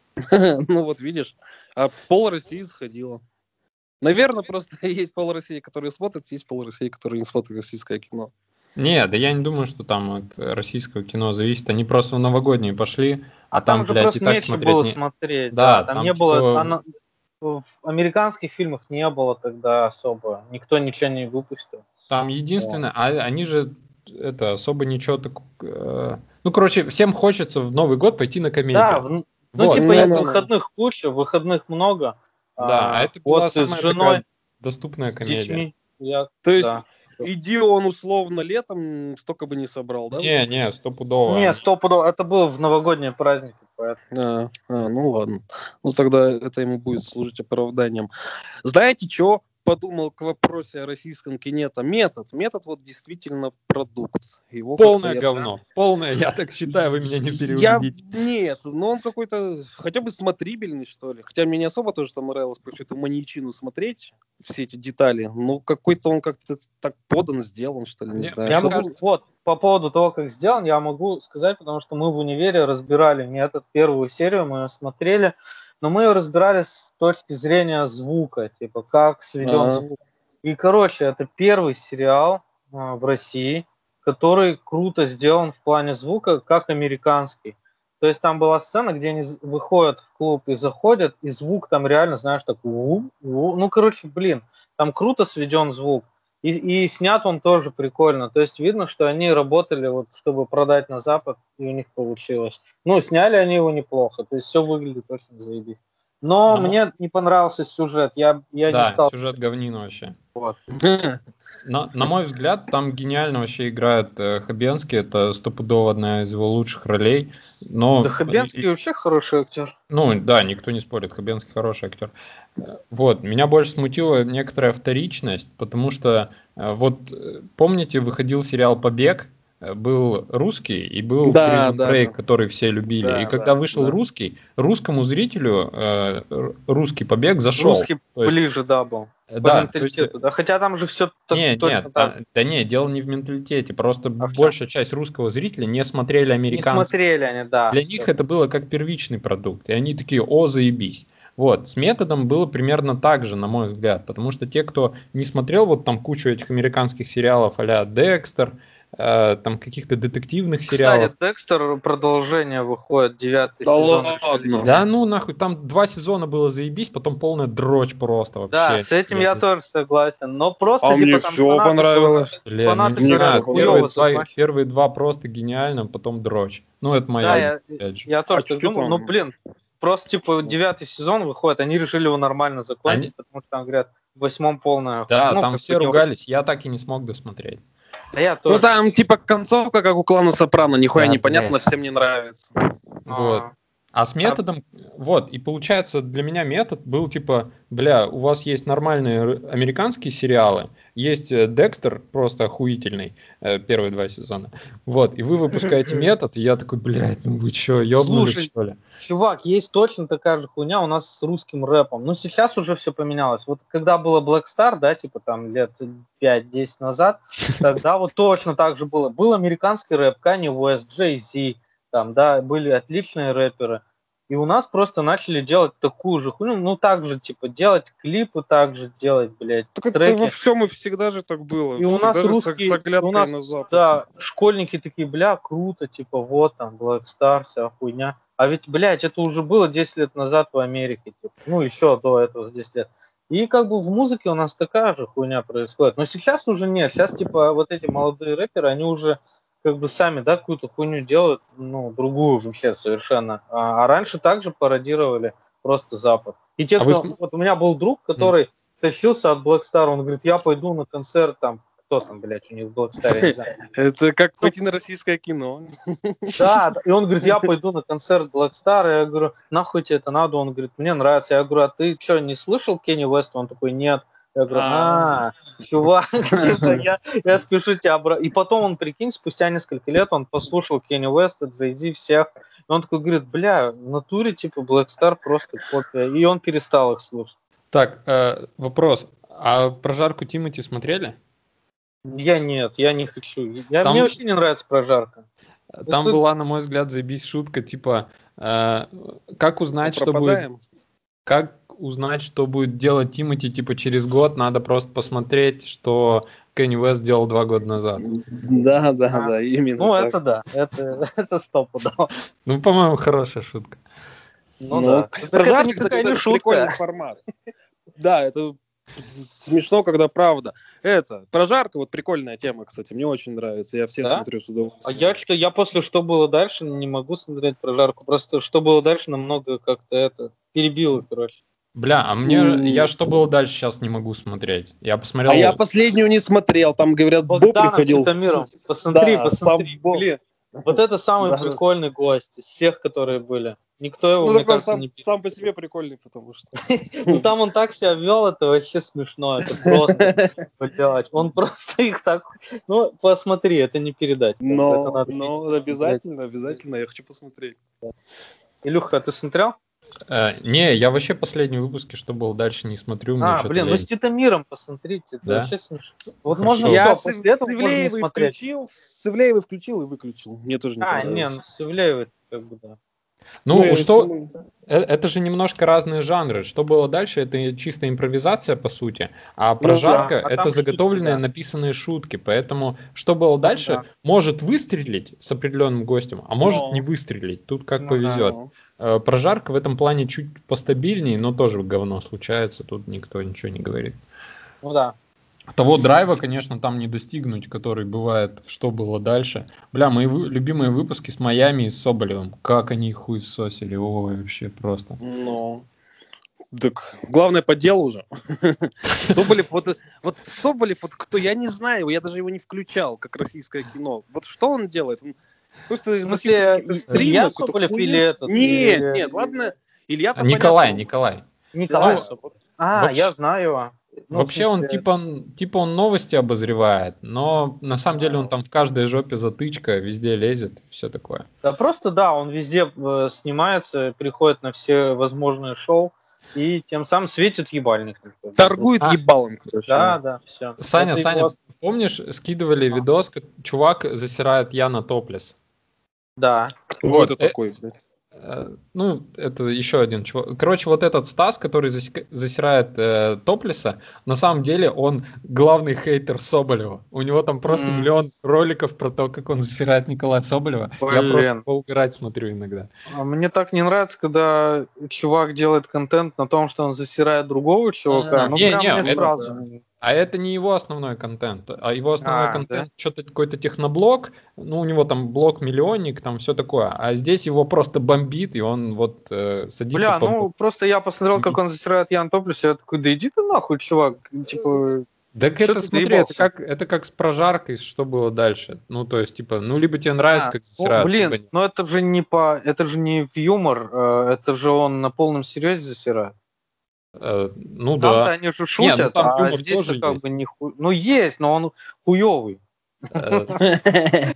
Ну вот видишь, а пол России сходило. Наверное, просто есть пол России, которые смотрят, есть пол России, которые не смотрят российское кино. Не, да я не думаю, что там от российского кино зависит. Они просто в новогодние пошли, А а там, там, же блядь, просто и так нечего смотреть было не- смотреть. Да, Да, там, там не типа- было... она- В американских фильмах не было тогда особо. Никто ничего не выпустил. Там единственное, а они же это особо ничего так. э, Ну, короче, всем хочется в Новый год пойти на комедию. Да, в- ну Вот. типа Ну, я- ну, ну. выходных куча, выходных много. Да, а это была вот с самая женой, такая доступная с комедия. детьми. Я, То есть да. иди он условно летом, столько бы не собрал, да? Не, не, стопудово. Не, стопудово. Это было в новогодние праздники, поэтому. А, а, ну ладно. Ну тогда это ему будет служить оправданием. Знаете, что подумал к вопросу о российском кине-то? Метод. Метод вот действительно продукт. Его Полное как-то я- говно. Полное, я так считаю, вы меня не Я... переубедите. Нет, но он какой-то хотя бы смотрибельный, что ли. Хотя мне не особо тоже там нравилось про всю эту маньячину смотреть, все эти детали. Ну, какой-то он как-то так подан, сделан, что ли, не Мне- знаю. Я Что могу, тут- вот, по поводу того, как сделан, я могу сказать, потому что мы в универе разбирали метод, первую серию мы ее смотрели, но мы ее разбирали с точки зрения звука, типа, как сведен Ага. звук. И, короче, это первый сериал а, в России, который круто сделан в плане звука, как американский. То есть там была сцена, где они з- выходят в клуб и заходят, и звук там реально, знаешь, так, у, у. Ну, короче, блин, там круто сведен звук. И, и снят он тоже прикольно. То есть видно, что они работали, вот, чтобы продать на Запад, и у них получилось. Ну, сняли они его неплохо. То есть все выглядит очень заебись. Но Ну, мне не понравился сюжет. Я, я не Да, стал. сюжет говнина вообще. Вот. На, на мой взгляд, там гениально вообще играет э, Хабенский. Это стопудово одна из его лучших ролей. Но, Да Хабенский вообще хороший актер. Ну, да, никто не спорит, Хабенский хороший актер. Э, Вот, меня больше смутила некоторая вторичность, потому что, э, вот, э, помните, выходил сериал «Побег», э, был русский и был Да, Prison да, Break, да. который все любили. Да, И когда да, вышел да. русский, русскому зрителю э, р- русский «Побег» зашел. Русский То есть, ближе, да, был. э, По да, то есть, менталитету. Да, хотя там же все не, точно нет, так. да, да не, дело не в менталитете, просто А в чём? большая часть русского зрителя не смотрели Не американцев. смотрели они, да. Для них это было как первичный продукт, и они такие: о, заебись. Вот, с методом было примерно так же, на мой взгляд, потому что те, кто не смотрел вот там кучу этих американских сериалов а-ля Декстер, э, там каких-то детективных сериалов. Кстати, Декстер продолжение выходит, девятый Да сезон. ладно. решили снять. Да ну нахуй, там два сезона было заебись, потом полная дрочь просто вообще. Да, с этим я тоже согласен. Но просто А типа мне там всё фанаты понравилось. говорят, Блин, фанаты ну, не говорят, знаю, хуёво первые, хуёво два, закончилось. первые два просто гениально, потом дрочь. Ну, это моя, Да, я, опять же. я тоже А так чё думал. там? Ну, блин, просто типа девятый сезон выходит, они решили его нормально закончить, Они- потому что там говорят, в восьмом полная. Да, ну, там как все бы не ругались, я так и не смог досмотреть. очень. Да я Ну тоже. там типа концовка, как у клана Сопрано, нихуя Да, непонятно, блядь. всем не нравится. Вот. А, А с методом, вот, и получается, для меня метод был типа, бля, у вас есть нормальные р- американские сериалы, есть э, Декстер, просто охуительный, э, первые два сезона, вот, и вы выпускаете метод, и я такой, блядь, ну вы чё, ёбнулись, Слушай, что ли? Чувак, есть точно такая же хуйня у нас с русским рэпом. Ну, сейчас уже все поменялось. Вот когда было Black Star, да, типа там лет пять-десять назад, тогда вот точно так же было. Был американский рэп, Kanye West, Jay-Z, там, да, были отличные рэперы. И у нас просто начали делать такую же хуйню, ну, так же, типа, делать клипы, так же делать, блядь, Так это треки. во всем и всегда же так было. И у нас Всегда же с- русские, с оглядкой у нас, на Запад. да, школьники такие, бля, круто, типа, вот там, Black Star, вся хуйня. А ведь, блядь, это уже было десять лет назад в Америке, типа, ну, еще до этого с десять лет. И как бы в музыке у нас такая же хуйня происходит. Но сейчас уже нет, сейчас, типа, вот эти молодые рэперы, они уже как бы сами, да, какую-то хуйню делают, ну, другую вообще совершенно. А, а раньше также пародировали просто Запад. И те, А вы кто... см- Вот у меня был друг, который тащился от Black Star, он говорит, я пойду на концерт там, кто там, блядь, у них в Black Star, я не знаю. Это как пойти на российское кино. Да, да. И он говорит, я пойду на концерт Black Star. Я говорю, нахуй тебе это надо? Он говорит, мне нравится. Я говорю, а ты что, не слышал Кенни Уэста? Он такой, нет. Я говорю, а, чувак, типа, я, я спешу тебя обра... И потом он, прикинь, спустя несколько лет он послушал Кенни Уэста, Jay-Z, всех. И он такой говорит, бля, в натуре, типа, Black Star просто копия. И он перестал их слушать. Так, э, вопрос, а прожарку Тимати смотрели? Я нет, я не хочу. Я, Там- Мне вообще не нравится прожарка. Там Это- была, на мой взгляд, заебись шутка, типа, э, как узнать, что будет, Пропадаем. как узнать, что будет делать Тимати, типа, через год, надо просто посмотреть, что Кенни Уэст делал два года назад. Да, да, А. да, именно Ну, так. это да, это, это стопудово. Ну, по-моему, хорошая шутка. Ну, Ну, да. Так это Прожарка, никакая кстати, не это шутка. прикольный формат. Да, это смешно, когда правда. Это, прожарка, вот прикольная тема, кстати, мне очень нравится, я все Да? смотрю с А удовольствием. я что, я после «Что было дальше» не могу смотреть прожарку. Просто «Что было дальше» намного как-то это перебило, короче. Бля, а мне... М. Я что было дальше сейчас не могу смотреть. Я посмотрел... А я последнюю не смотрел, там, говорят, С Бо Богданом приходил. Титомиром. Посмотри, Да, посмотри. сам Бо. Блин, вот это самый Да. прикольный гость из всех, которые были. Никто его, Ну, мне так он кажется, сам, не пи- сам по себе прикольный, потому что. Ну там он так себя вел, это вообще смешно. Это просто, блядь. Он просто их так... Ну, посмотри, это не передать. как бы, это Но, надо но видеть. обязательно, обязательно, я хочу посмотреть. Илюха, ты смотрел? Э, не, я вообще последние выпуски, что было дальше, не смотрю. Мне А, что-то блин, ну лень. с Титомиром посмотрите. Это Да? вообще смешно. Вот Хорошо. можно Я все, с, после этого с можно не Ивлеевой смотреть. включил, с Ивлеевой включил и выключил. Мне тоже не А, не, понравилось. ну с Ивлеевой как бы да. Ну, я что... если- э- Это же немножко разные жанры. Что было дальше, это чисто импровизация, по сути. А прожарка да. А это там шутки, заготовленные, да. написанные шутки. Поэтому, что было дальше, да. может выстрелить с определенным гостем, а может Но. не выстрелить. Тут как Ну повезет. Ну. Э, Прожарка в этом плане чуть постабильнее, но тоже говно случается. Тут никто ничего не говорит. Ну да. Того драйва, конечно, там не достигнуть, который бывает, в что было дальше. Бля, мои вы- любимые выпуски с Майами и с Соболевым. Как они их хуесосили. Ой, вообще просто. Ну. Так, главное по делу уже. Соболев, вот, вот Соболев, вот кто, я не знаю, его, я даже его не включал, как российское кино. Вот что он делает? Он просто В смысле, записывает какие-то И- стримы, Илья какую-то Соболев хуйню. или этот, Нет, или- нет, ладно. Илья А, Николай, Николай. Николай Ну, Соболев. А, вообще- я знаю его. Ну, в Вообще он смысле, типа, типа он новости обозревает, но на самом деле он там в каждой жопе затычка, везде лезет, все такое. Да просто да, он везде э, снимается, приходит на все возможные шоу и тем самым светит ебальник. торгует А. ебалом, короче. Да, да, все. Саня, Саня, помнишь, скидывали видос, как чувак засирает Яна топлес? Да. Кто Вот, это э- такой, блядь? Э, Ну, это еще один чувак. Короче, вот этот Стас, который засека- засирает э, топлеса, на самом деле он главный хейтер Соболева. У него там просто М. миллион роликов про то, как он засирает Николая Соболева. Я Блин. просто поугарать смотрю иногда. А мне так не нравится, когда чувак делает контент на том, что он засирает другого чувака. А, ну, не, прям не, мне это- сразу. А это не его основной контент, а его основной А, контент что-то какой-то техноблог, ну у него там блог-миллионник, там все такое, а здесь его просто бомбит, и он вот э, садится Бля, по- ну просто я посмотрел, как он засирает Ян Топлес, я такой, да иди ты нахуй, чувак. Типа, Так Чё это, ты смотри, это доебался? как, это как с прожаркой, что было дальше. Ну, то есть, типа, ну, либо тебе нравится, а, как ну, засирают, либо блин, нет. но это же не по, это же не в юмор, э, это же он на полном серьезе засирает. Э, ну, Там-то да. они же шутят, там а юмор здесь-то тоже как есть. бы не ху... Ну есть, но он хуёвый. Э,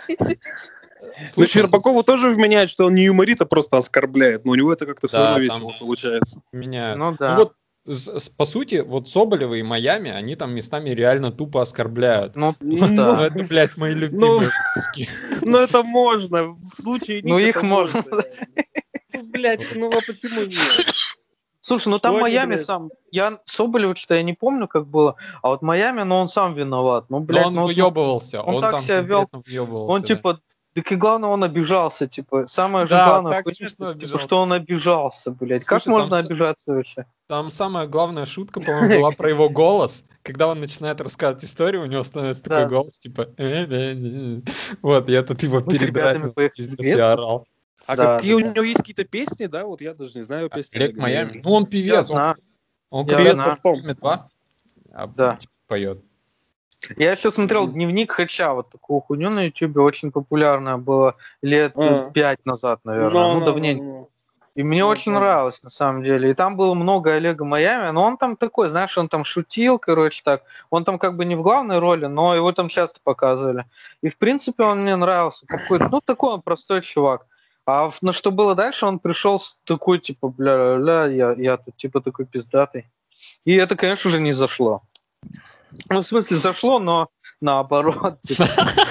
Ну, слушай, Щербакову тоже вменяют, что он не юморит, а просто оскорбляет. Но у него это как-то все Да, равно там- весело получается. меня... Ну да. Ну, вот, с- с- по сути, вот Соболева и Майами, они там местами реально тупо оскорбляют. Ну, Ну, Ну, да. это, блядь, мои любимые выпуски. Ну, это можно. В случае Ну, Ник их это можно. Ну, блядь, ну а почему нет? Слушай, ну Что там они, Майами блядь? сам, я Соболев, что я не помню, как было, а вот Майами, ну он сам виноват. Ну, блядь, Но он ну, вот, выебывался, он он, так там себя вел, конкретно въебывался, он да. типа, так и главное, он обижался, типа, самое же Да, главное, так хуйня, смешно типа, обижался. что он обижался, блядь. Как Слушай, там можно с- обижаться вообще? Там самая главная шутка, по-моему, была про его голос. Когда он начинает рассказывать историю, у него становится Да. такой голос, типа... «Э-э-э-э». Вот, я тут его Мы с ребятами передразнил, поехали пиздец, в Грецию. я орал. А Да, какие да, у да. него есть какие-то песни, да? Вот я даже не знаю песни. Олег Майами. Ну, он Я певец, он, знаю. он Я певец знаю. в том, два, а Да. типа, поет. Я еще смотрел дневник Хэча, вот такую хуйню на Ютубе, очень популярная была лет А. пять назад, наверное, ну, давненько. И мне Ну, очень да. нравилось, на самом деле. И там было много Олега Майами, но он там такой, знаешь, он там шутил, короче, так. Он там как бы не в главной роли, но его там часто показывали. И, в принципе, он мне нравился. Какой-то, ну, такой он простой чувак. А в- на что было дальше, он пришел с такой, типа, бля-ля-ля, я, я тут, типа, такой пиздатый. И это, конечно же, не зашло. Ну, в смысле, зашло, но наоборот. типа.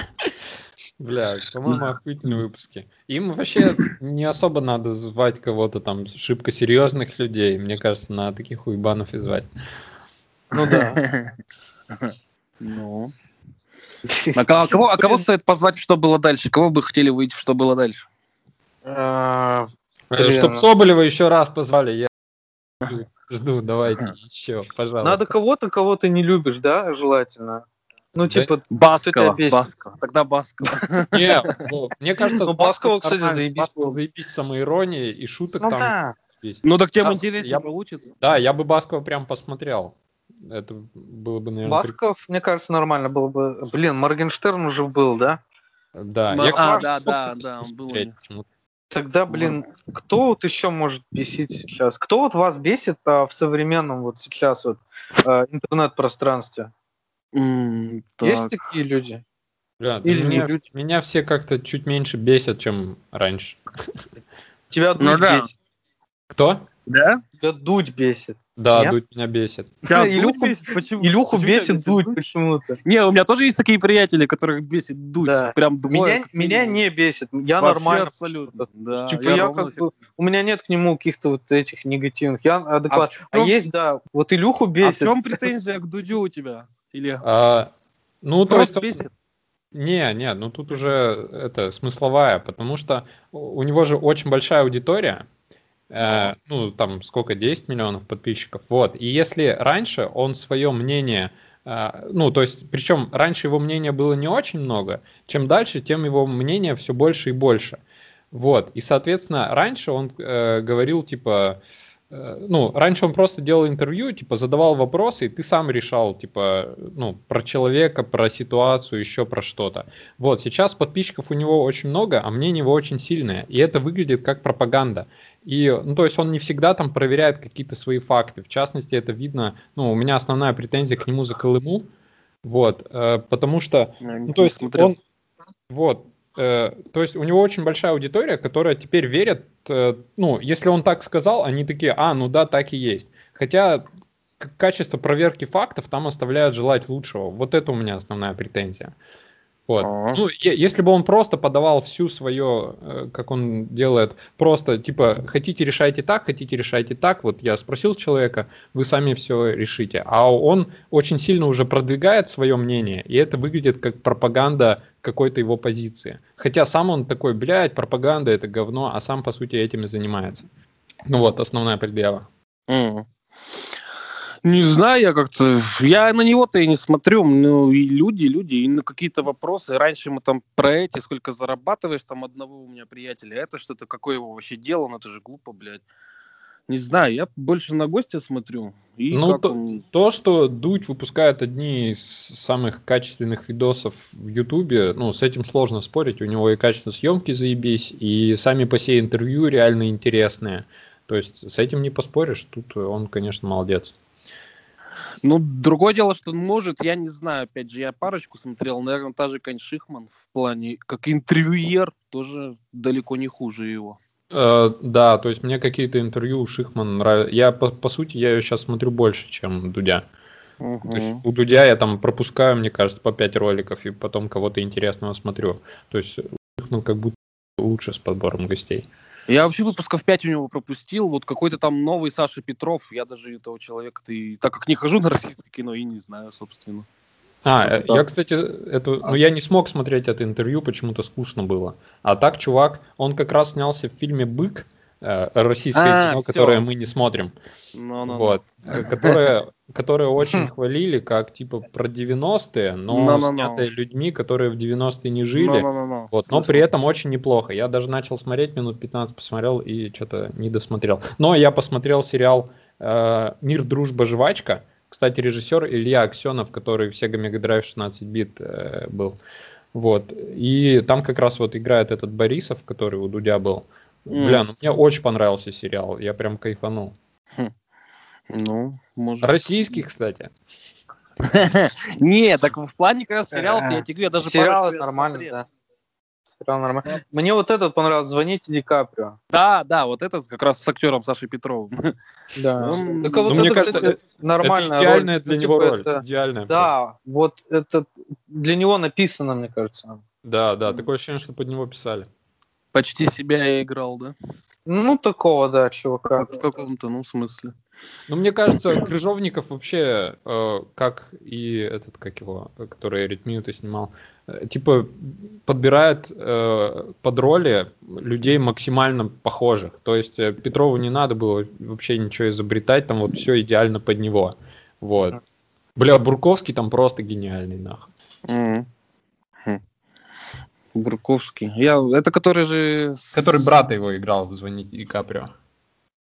Бля, по-моему, охуительные выпуски. Им вообще не особо надо звать кого-то там шибко серьезных людей. Мне кажется, на таких уебанов и звать. Ну да. Ну. А кого, а кого, а кого стоит позвать, что было дальше? Кого бы хотели выйти, что было дальше? Э, Блин. Чтоб Соболева еще раз позвали, я жду, жду, давайте еще, пожалуйста. Надо кого-то, кого ты не любишь, да, желательно? Ну, Да. типа, Баскова. бесит. Баскова. Тогда Баскова. Не, ну, мне кажется, Ну, Баскова, Басков кстати, нормально. заебись Басков был. заебись самоиронией и шуток ну там да. бесит. Ну так тем Да, интереснее я- получится. Да, я бы Баскова прям посмотрел. Это было бы, наверное, Басков, мне кажется, нормально было бы. Блин, Моргенштерн уже был, да? Да, Ма- я, а, кстати, да, смог да, запустить да, он был у смотреть них. почему-то. Тогда, блин, кто вот еще может бесить сейчас? Кто вот вас бесит а, в современном вот сейчас вот а, интернет-пространстве? М, Есть так. такие люди? Бля, да Или не меня, люди? меня все как-то чуть меньше бесят, чем раньше. Тебя Ну Дудь да. бесит. Кто? Да? Тебя Дудь бесит. Да, Нет? Дудь меня бесит. Тебя Дудь Илюху, бесит? Почему? Илюху Почему тебя бесит бесит Дудь Дудь? почему-то. Не, у меня тоже есть такие приятели, которых бесит Дудь. Да. Прям двое. Меня, как меня минимум. не бесит. Я Вообще нормально. абсолютно. почему-то. Да, Типа я я, ровно как бы, у меня нет к нему каких-то вот этих негативных. Я адекват. в А, чём- есть, да, вот Илюху А в бесит. чем претензия к Дудю у тебя? Или А, ну, то есть... просто бесит? Не, не, ну тут уже это смысловая, потому что у у него же очень большая аудитория, э, ну там сколько, десять миллионов подписчиков, вот, и если раньше он свое мнение, э, ну то есть, причем раньше его мнения было не очень много, чем дальше, тем его мнение все больше и больше, вот, и соответственно раньше он э, говорил типа, э, ну раньше он просто делал интервью, типа задавал вопросы, и ты сам решал, типа, ну про человека, про ситуацию, еще про что-то. Вот, сейчас подписчиков у него очень много, а мнение его очень сильное, и это выглядит как пропаганда. И, ну, то есть он не всегда там проверяет какие-то свои факты. В частности, это видно, ну, у меня основная претензия к нему за Колыму, вот, э, потому что, Я ну, не то есть смотрел. он, вот, э, то есть у него очень большая аудитория, которая теперь верит, э, ну, если он так сказал, они такие, а, ну да, так и есть. Хотя к- качество проверки фактов там оставляет желать лучшего. Вот это у меня основная претензия. Вот. Ага. Ну, е- если бы он просто подавал всю свое, э, как он делает, просто типа хотите решайте так, хотите решайте так. Вот я спросил человека, вы сами все решите. А он очень сильно уже продвигает свое мнение, и это выглядит как пропаганда какой-то его позиции. Хотя сам он такой, блядь, пропаганда это говно, а сам по сути этим и занимается. Ну вот, основная предъява. М. Не знаю, я как-то... Я на него-то и не смотрю. Ну, и люди, люди, и на какие-то вопросы. Раньше мы там про эти, сколько зарабатываешь, там одного у меня приятеля. Это что-то, какое его вообще дело? Ну, это же глупо, блядь. Не знаю, я больше на гостя смотрю. И Ну, как то, он... то, что Дудь выпускает одни из самых качественных видосов в Ютубе, ну, с этим сложно спорить. У него и качество съемки заебись, и сами по себе интервью реально интересные. То есть с этим не поспоришь, тут он, конечно, молодец. Ну, другое дело, что он может, я не знаю, опять же, я парочку смотрел, наверное, та же Кань Шихман в плане, как интервьюер, тоже далеко не хуже его. Э, да, то есть мне какие-то интервью у Шихман нравятся. Я, по, по сути, я ее сейчас смотрю больше, чем Дудя. Угу. То есть у Дудя я там пропускаю, мне кажется, по пять роликов, и потом кого-то интересного смотрю. То есть у Шихман как будто лучше с подбором гостей. Я вообще выпусков пять у него пропустил. Вот какой-то там новый Саша Петров. Я даже этого человека-то, и, так как не хожу на российское кино, и не знаю, собственно. А, Вот э, так. я, кстати, это, ну, я не смог смотреть это интервью, почему-то скучно было. А так, чувак, он как раз снялся в фильме «Бык», э, российское А, кино, всё. которое мы не смотрим. Ну-ну-ну. Вот. э, Которое, которое очень хвалили, как типа про девяностые, но Ну-ну-ну. снятое людьми, которые в девяностые не жили. Ну-ну-ну-ну. Вот, но Слышал. при этом очень неплохо. Я даже начал смотреть, минут пятнадцать посмотрел и что-то не досмотрел. Но я посмотрел сериал э, «Мир, дружба, жвачка». Кстати, режиссер Илья Аксенов, который в Sega Mega Drive шестнадцать бит э, был. Вот. И там как раз вот играет этот Борисов, который у Дудя был. М. Бля, ну мне очень понравился сериал. Я прям кайфанул. Ну, может. Российский, кстати. Не, так в плане как раз сериалов, я тебе говорю, я даже Сериал парочку я нормально, смотрел. да. Сериал нормально. Мне вот этот понравился, «Звоните Ди Каприо». Да, да, вот этот как раз с актером Сашей Петровым. Да. Он- Так а вот Ну, мне это, кажется, кстати, это- нормальная это идеальная роль. для Ну, него типа, роль. это- Идеальная. просто. Да, вот это для него написано, мне кажется. Да, да, такое ощущение, что под него писали. Почти себя я играл, да? Ну, такого, да, чувака. В каком-то, ну, смысле. Ну, мне кажется, Крыжовников вообще, э, как и этот, как его, который «Аритмию» ты снимал, э, типа подбирает э, под роли людей максимально похожих. То есть э, Петрову не надо было вообще ничего изобретать, там вот все идеально под него. Вот. Бля, Бурковский там просто гениальный, нахуй. Мгм. Хм. Бурковский. Я... Это который же... с- Который брата его играл в «Звоните Ди Каприо».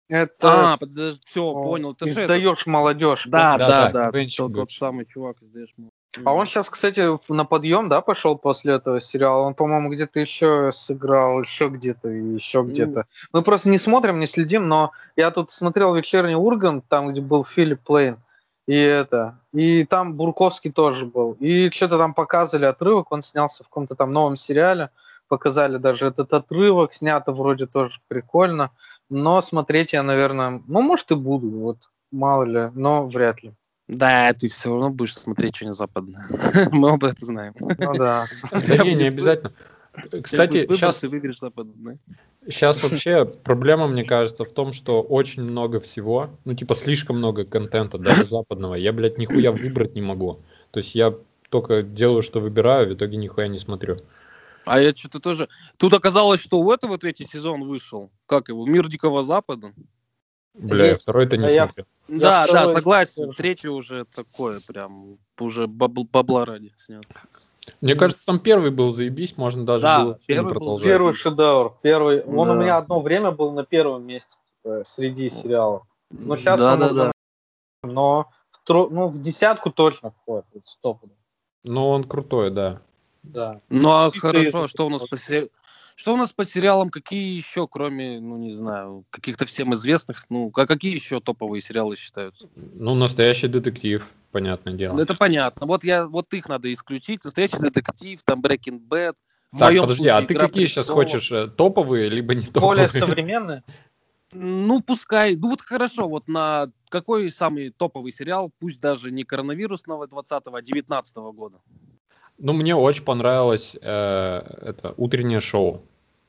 Это А, подожди, все, понял. Это же этот. издаешь молодежь. Да, Да, да, да, да. конвенчик Тот, тот бывший. самый чувак издаешь. А он сейчас, кстати, на подъем, да, пошел после этого сериала. Он, по-моему, где-то еще сыграл, еще где-то и еще где-то. Мы просто не смотрим, не следим, но я тут смотрел «Вечерний Ургант», там, где был Филипп Плейн, и это, и там Бурковский тоже был. И что-то там показывали отрывок, он снялся в каком-то там новом сериале, показали даже этот отрывок, снято вроде тоже прикольно, но смотреть я, наверное, ну, может и буду, вот, мало ли, но вряд ли. Да, ты все равно будешь смотреть что-нибудь западное. Мы оба это знаем. Ну да. Да не, не обязательно. Кстати, сейчас, ты выберешь западное. сейчас вообще проблема, мне кажется, в том, что очень много всего, ну типа слишком много контента, даже западного. Я, блядь, нихуя выбрать не могу. То есть я только делаю, что выбираю, в итоге нихуя не смотрю. А я что-то тоже... Тут оказалось, что у этого третий сезон вышел. Как его? «Мир Дикого Запада». Бля, второй-то не А я- смотрел. Да, второй да, согласен. тоже. Третий уже такое прям, уже бабл- бабла ради снят. Мне кажется, там первый был заебись, можно даже Да, было вообще не первый был продолжать. Первый шедевр. Первый. Он Да. у меня одно время был на первом месте типа, среди сериалов. Но сейчас да, он да, уже да. на- но в, тро- ну, в десятку точно входит. это стопудово. Но он крутой, да. Да. Ну а Чисто хорошо, если- что у нас по сери- что у нас по сериалам, какие еще, кроме, ну не знаю, каких-то всем известных, ну а какие еще топовые сериалы считаются? Ну, настоящий детектив, понятное дело. Ну это понятно. Вот я, вот их надо исключить. Настоящий детектив, там Breaking Bad. В Так, моем подожди, случае а ты «Игра какие сейчас престолов». хочешь? э, Топовые, либо не Более топовые? современный. Ну, пускай. Ну, вот хорошо, вот на какой самый топовый сериал, пусть даже не коронавирусного двадцатого, а девятнадцатого года? Ну, мне очень понравилось э, это утреннее шоу.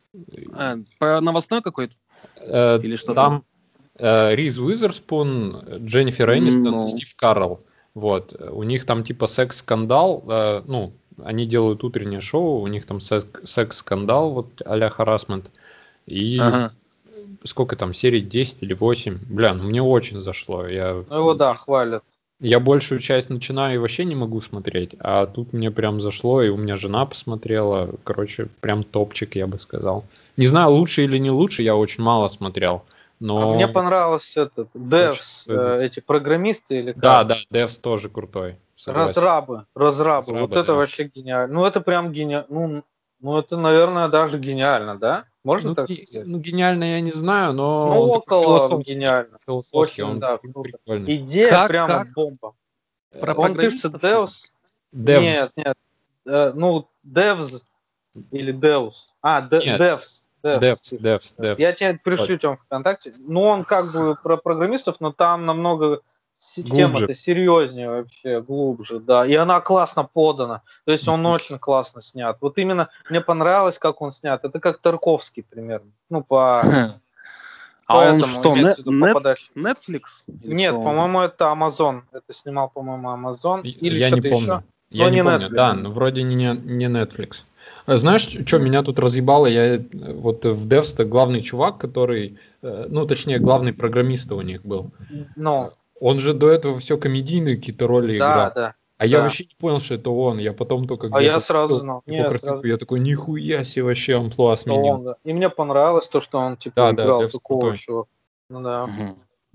А, про новостной какой-то? Э, Или что там э, Риз Уизерспун, Дженнифер Энистон, Ну. Стив Карелл. Вот. У них там типа секс-скандал. э, ну, они делают утреннее шоу, у них там сек- секс-скандал, вот а-ля харассмент. И Ага. сколько там, серий десять или восемь. Бля, ну мне очень зашло. Я, Ну его, да, хвалят. я большую часть начинаю и вообще не могу смотреть. А тут мне прям зашло, и у меня жена посмотрела. Короче, прям топчик, я бы сказал. Не знаю, лучше или не лучше, я очень мало смотрел. Но... А мне понравился этот Devs, стоит. э, эти программисты или как? Да, да, Devs тоже крутой. согласен. Разрабы, разрабы. Разрабы, Вот это да. вообще гениально. Ну это прям гениально. Ну, ну это, наверное, даже гениально, да? Можно Ну, так ге- сказать? ну, гениально я не знаю, но... Ну, он такой около философский, гениально. философский, Очень, он да, прикольный. круто. прикольный. Идея Как, прямо как? бомба. Про Он пишется программистов, Deus. Devs. Нет, нет. Э, ну, Devs или Deus. А, де- Нет. Devs. Devs. Devs, Devs, Devs. Я тебе пришлю, Тём, ВКонтакте. Ну, он как бы про программистов, но там намного с- Глубже. тема-то серьезнее вообще, глубже, да. И она классно подана. То есть он очень классно снят. Вот именно мне понравилось, как он снят. Это как Тарковский примерно. Ну, по... да. А он Поэтому что, имеется не- в виду по нет- подаче. Netflix? Или Нет, кто он? по-моему, это Amazon. Это снимал, по-моему, Amazon. Или я не что-то помню. еще. Я Но не, не помню. Netflix. Да, но вроде не, не Netflix. А знаешь, что меня тут разъебало? Я э, вот в Devs главный чувак, который, э, ну, точнее, главный программист у них был. Ну, Он же до этого все комедийные какие-то роли да, играл. да. А я да. вообще не понял, что это он. Я потом только А я где-то сразу увидел знал. его Не, картинку, сразу. я такой, нихуя себе вообще амплуа Что сменил. он, да. И мне понравилось то, что он типа Да, да, играл Devs такого крутой. чувака. Ну да. Мгм.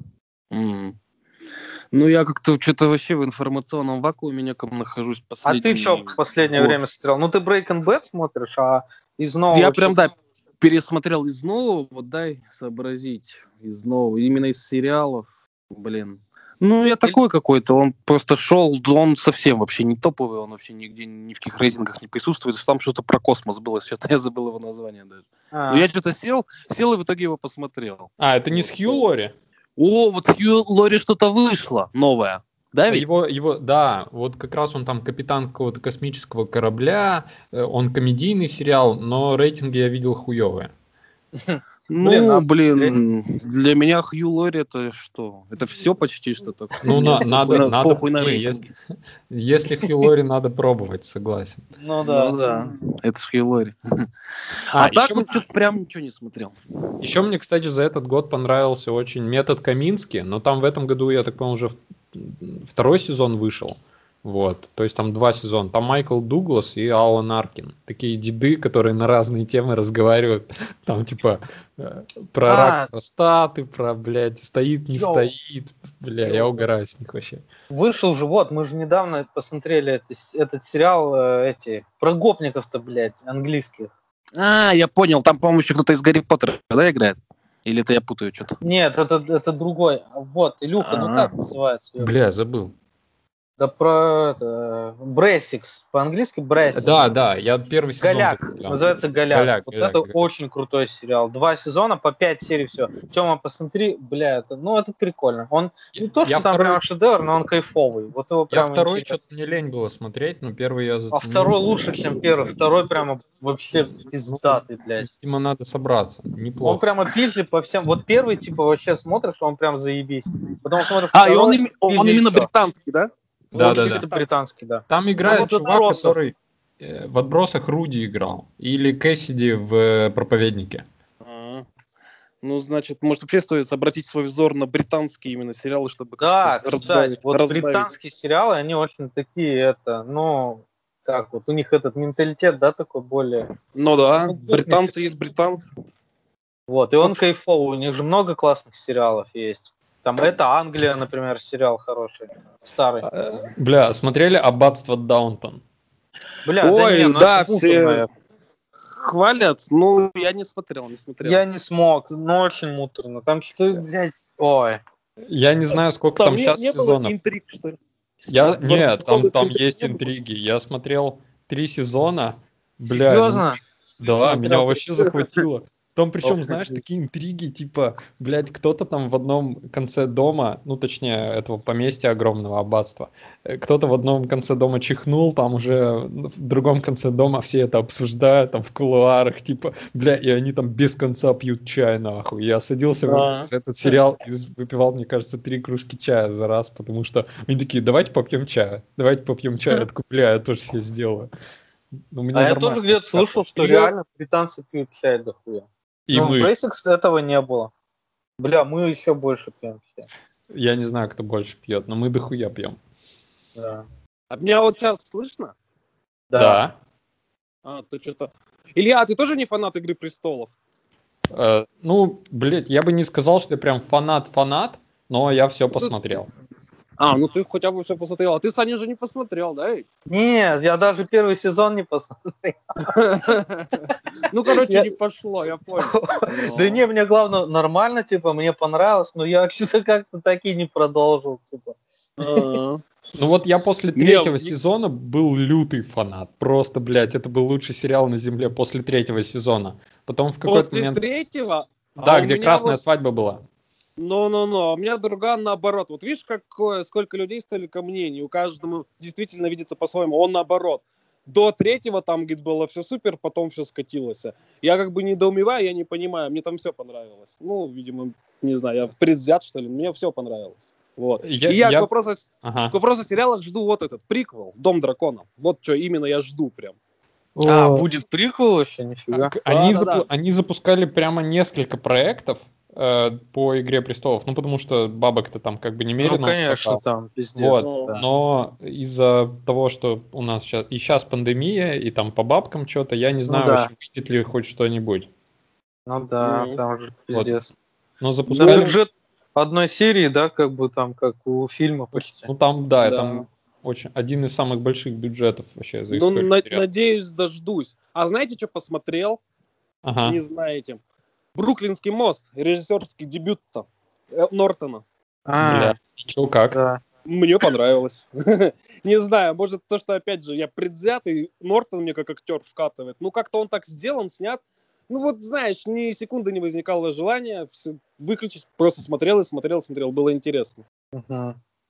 М. Ну, я как-то что-то вообще в информационном вакууме неком нахожусь А последний ты что в последнее год. время смотрел? Ну ты Breaking Bad смотришь, а из нового... Я прям, что- да, пересмотрел из нового, вот дай сообразить, из нового, именно из сериалов, блин. Ну, я такой какой-то, он просто шел, он совсем вообще не топовый, он вообще нигде, ни в каких рейтингах не присутствует, там что-то про космос было, что-то я забыл его название даже. А, Но я что-то сел, сел и в итоге его посмотрел. А, это не с Хью Лори? О, вот с Хью Лори что-то вышло новое, да ведь? Его, его, да, вот как раз он там капитан какого-то космического корабля, э, он комедийный сериал, но рейтинги я видел хуевые. Ну, Блин, а- блин, для меня Хью Лори это что? Это все почти что такое. Ну, на- надо, Похуй на- надо, похуй на не, рейтинги. если, если Хью Лори надо пробовать, согласен. Ну да. Ну да, это ж Хью Лори. А, А, так еще, вот что-то прям ничего не смотрел. еще мне, кстати, за этот год понравился очень метод Камински, но там в этом году, я так понял, уже в- второй сезон вышел. Вот, то есть там два сезона. Там Майкл Дуглас и Алан Аркин. Такие деды, которые на разные темы разговаривают. Там типа э, про А. рак простаты, про, блядь, стоит, не Йоу. стоит. Бля, я угораю с них вообще. Вышел же, вот, мы же недавно посмотрели это- этот сериал, э, эти, про гопников-то, блядь, английских. А, я понял, там, по-моему, еще кто-то из Гарри Поттера, да, играет? Или это я путаю что-то? Нет, это, это другой. Вот, Илюха, ну А. как называется? Бля, забыл. Да про это, Брейсикс, по-английски Брейсикс. Да, да, я первый сезон. Голяк, только глянул. называется Голяк. Голяк, Вот Голяк, это Голяк. очень крутой сериал. Два сезона, по пять серий, все. Тёма, посмотри, бля, это, ну это прикольно. Он не то, что Я там второй- прям шедевр, но он кайфовый. Вот его Я прям второй интересно. что-то мне лень было смотреть, но первый я заценил. А второй лучше, чем первый. Второй прямо вообще пиздатый, блядь. Видимо, надо собраться. Неплохо. Он прямо пизжи по всем. Вот первый, типа, вообще смотришь, он прям заебись. Потом смотришь А, и второй, он, им- он пизжи, и именно всё. британский, да? Да, Он да, чисто да. британский, да. Там играет вот чувак, отбросов. который э, в «Отбросах» Руди играл. Или Кэссиди в э, «Проповеднике». А, ну, значит, может, вообще стоит обратить свой взор на британские именно сериалы, чтобы Да, как-то кстати, разбавить- вот разбавить. британские сериалы, они очень такие, это, ну, как вот, у них этот менталитет, да, такой более... Ну да, Ну, британцы есть британцы. Вот, и он кайфовый, у них же много классных сериалов есть. Там это Англия, например, сериал хороший, старый. Э, Бля, смотрели «Аббатство Даунтон»? Бля, Ой, да не, ну да, это все муторное. хвалят, ну, я не смотрел, не смотрел. Я не смог, ну очень муторно. Там что, блядь, ой. Я не знаю, сколько там не, сейчас не было сезонов. интриг, что ли? Я... Нет, там, Дворцовых там интриг есть не было? интриги. Я смотрел три сезона. Бля, Серьезно? ну, да, Смотрел меня три вообще захватило. Там причем, Ох, знаешь, какие. такие интриги, типа, блядь, кто-то там в одном конце дома, ну, точнее, этого поместья огромного аббатства, э, кто-то в одном конце дома чихнул, там уже в другом конце дома все это обсуждают, там в кулуарах, типа, бля, и они там без конца пьют чай, нахуй. Я садился Да. в этот сериал и выпивал, мне кажется, три кружки чая за раз, потому что они такие, давайте попьем чая, давайте попьем чая. Я такой, бля, я тоже себе сделаю. Ну, мне А я нормально. тоже где-то слышал, что Я- реально британцы пьют чай дохуя. И Но в мы. Брейсикс этого не было. Бля, мы еще больше пьем чай. Я не знаю, кто больше пьет, но мы дохуя пьем. Да. А меня вот сейчас слышно? Да. А, ты что-то... Илья, а ты тоже не фанат «Игры престолов»? Э, ну, блядь, я бы не сказал, что я прям фанат-фанат, но я все посмотрел. А, ну ты хотя бы все посмотрел. А ты, Саня, же не посмотрел, да? Нет, я даже первый сезон не посмотрел. Ну, короче, Я- не пошло, я понял. Да не, мне главное нормально, типа, мне понравилось, но я что-то как-то так и не продолжил, типа. А. Ну вот я после Не, третьего не- сезона был лютый фанат. Просто, блядь, это был лучший сериал на земле после третьего сезона. Потом в какой-то После момент... третьего... Да, а у где меня красная вот- свадьба была. Ну-ну-ну, а у меня друган наоборот. Вот видишь, какое, сколько людей, столько мнений. У каждого действительно видится по-своему. Он наоборот. До третьего там, говорит, было все супер, потом все скатилось. Я как бы недоумеваю, я не понимаю. Мне там все понравилось. Ну, видимо, не знаю, я предвзят, что ли. Мне все понравилось. Вот. Я- И я, я- к вопросу, Ага. к вопросу о сериалах жду вот этот приквел «Дом дракона». Вот что именно я жду прям. А, О, будет приквел еще, нифига. к- Они, Да, да, запу- да. они запускали прямо несколько проектов э, по «Игре престолов». Ну, потому что бабок-то там как бы немерено. Ну, конечно, хватало. там, пиздец. Вот, да. но из-за того, что у нас сейчас и сейчас пандемия, и там по бабкам что-то, я не знаю, да. вообще выйдет ли хоть что-нибудь. Ну да, Ну. там же Вот. пиздец. Но На запускали... бюджет одной серии, да, как бы там, как у фильма почти. Ну там, да, Да. там очень один из самых больших бюджетов вообще за Ну, историю на- сериала. надеюсь, дождусь. А знаете, что посмотрел? Ага. Не знаете. «Бруклинский мост», режиссерский дебют-то э, Нортона. А, Бля, чё, как? да. Мне понравилось. Не знаю, может то, что опять же я предвзятый, Нортон мне как актер вкатывает. Ну как-то он так сделан, снят. Ну вот знаешь, ни секунды не возникало желания всё выключить. Просто смотрел и смотрел, смотрел. Было интересно. Мгм.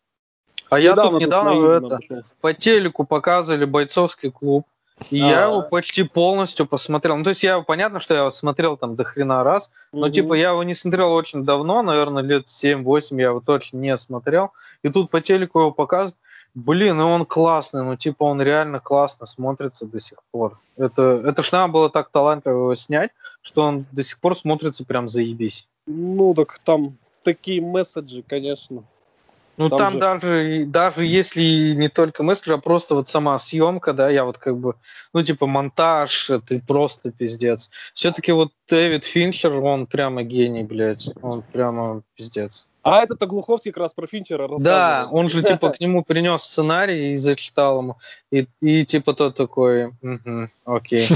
А я тут недавно наивно это, пошел. по телеку показывали «Бойцовский клуб», и А. я его почти полностью посмотрел. Ну, то есть я его, понятно, что я его смотрел там до хрена раз, но Мгм. типа я его не смотрел очень давно, наверное, лет семь-восемь я его точно не смотрел. И тут по телеку его показывают. Блин, и он классный, ну типа он реально классно смотрится до сих пор. Это, это ж надо было так талантливо его снять, что он до сих пор смотрится прям заебись. Ну так там такие месседжи, конечно. Ну Там там, же- даже, даже если не только месседж, а просто вот сама съемка, да, я вот как бы, ну типа монтаж, это просто пиздец. Все-таки вот Дэвид Финчер, он прямо гений, блядь, он прямо пиздец. А этот Глуховский как раз про Финчера Да, рассказывает. он же типа к нему принес сценарий и зачитал ему, и, и типа тот такой, «Мгм, окей».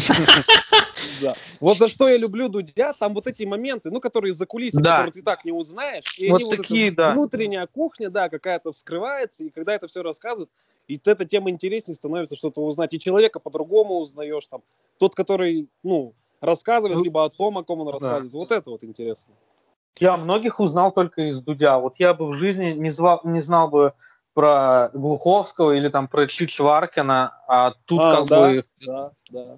Да. Вот за что я люблю Дудя, там вот эти моменты, ну, которые за кулисами, Да. которые ты так не узнаешь, и Вот они вот такие, эта да. внутренняя кухня, да, какая-то вскрывается, и когда это все рассказывают, и эта тема интереснее становится что-то узнать, и человека по-другому узнаешь, там, тот, который, ну, рассказывает, Ну, либо о том, о ком он да. рассказывает, вот это вот интересно. Я многих узнал только из Дудя. Вот я бы в жизни не, звал, не знал бы про Глуховского или там про Чичваркина, а тут А, как да, бы... да, да.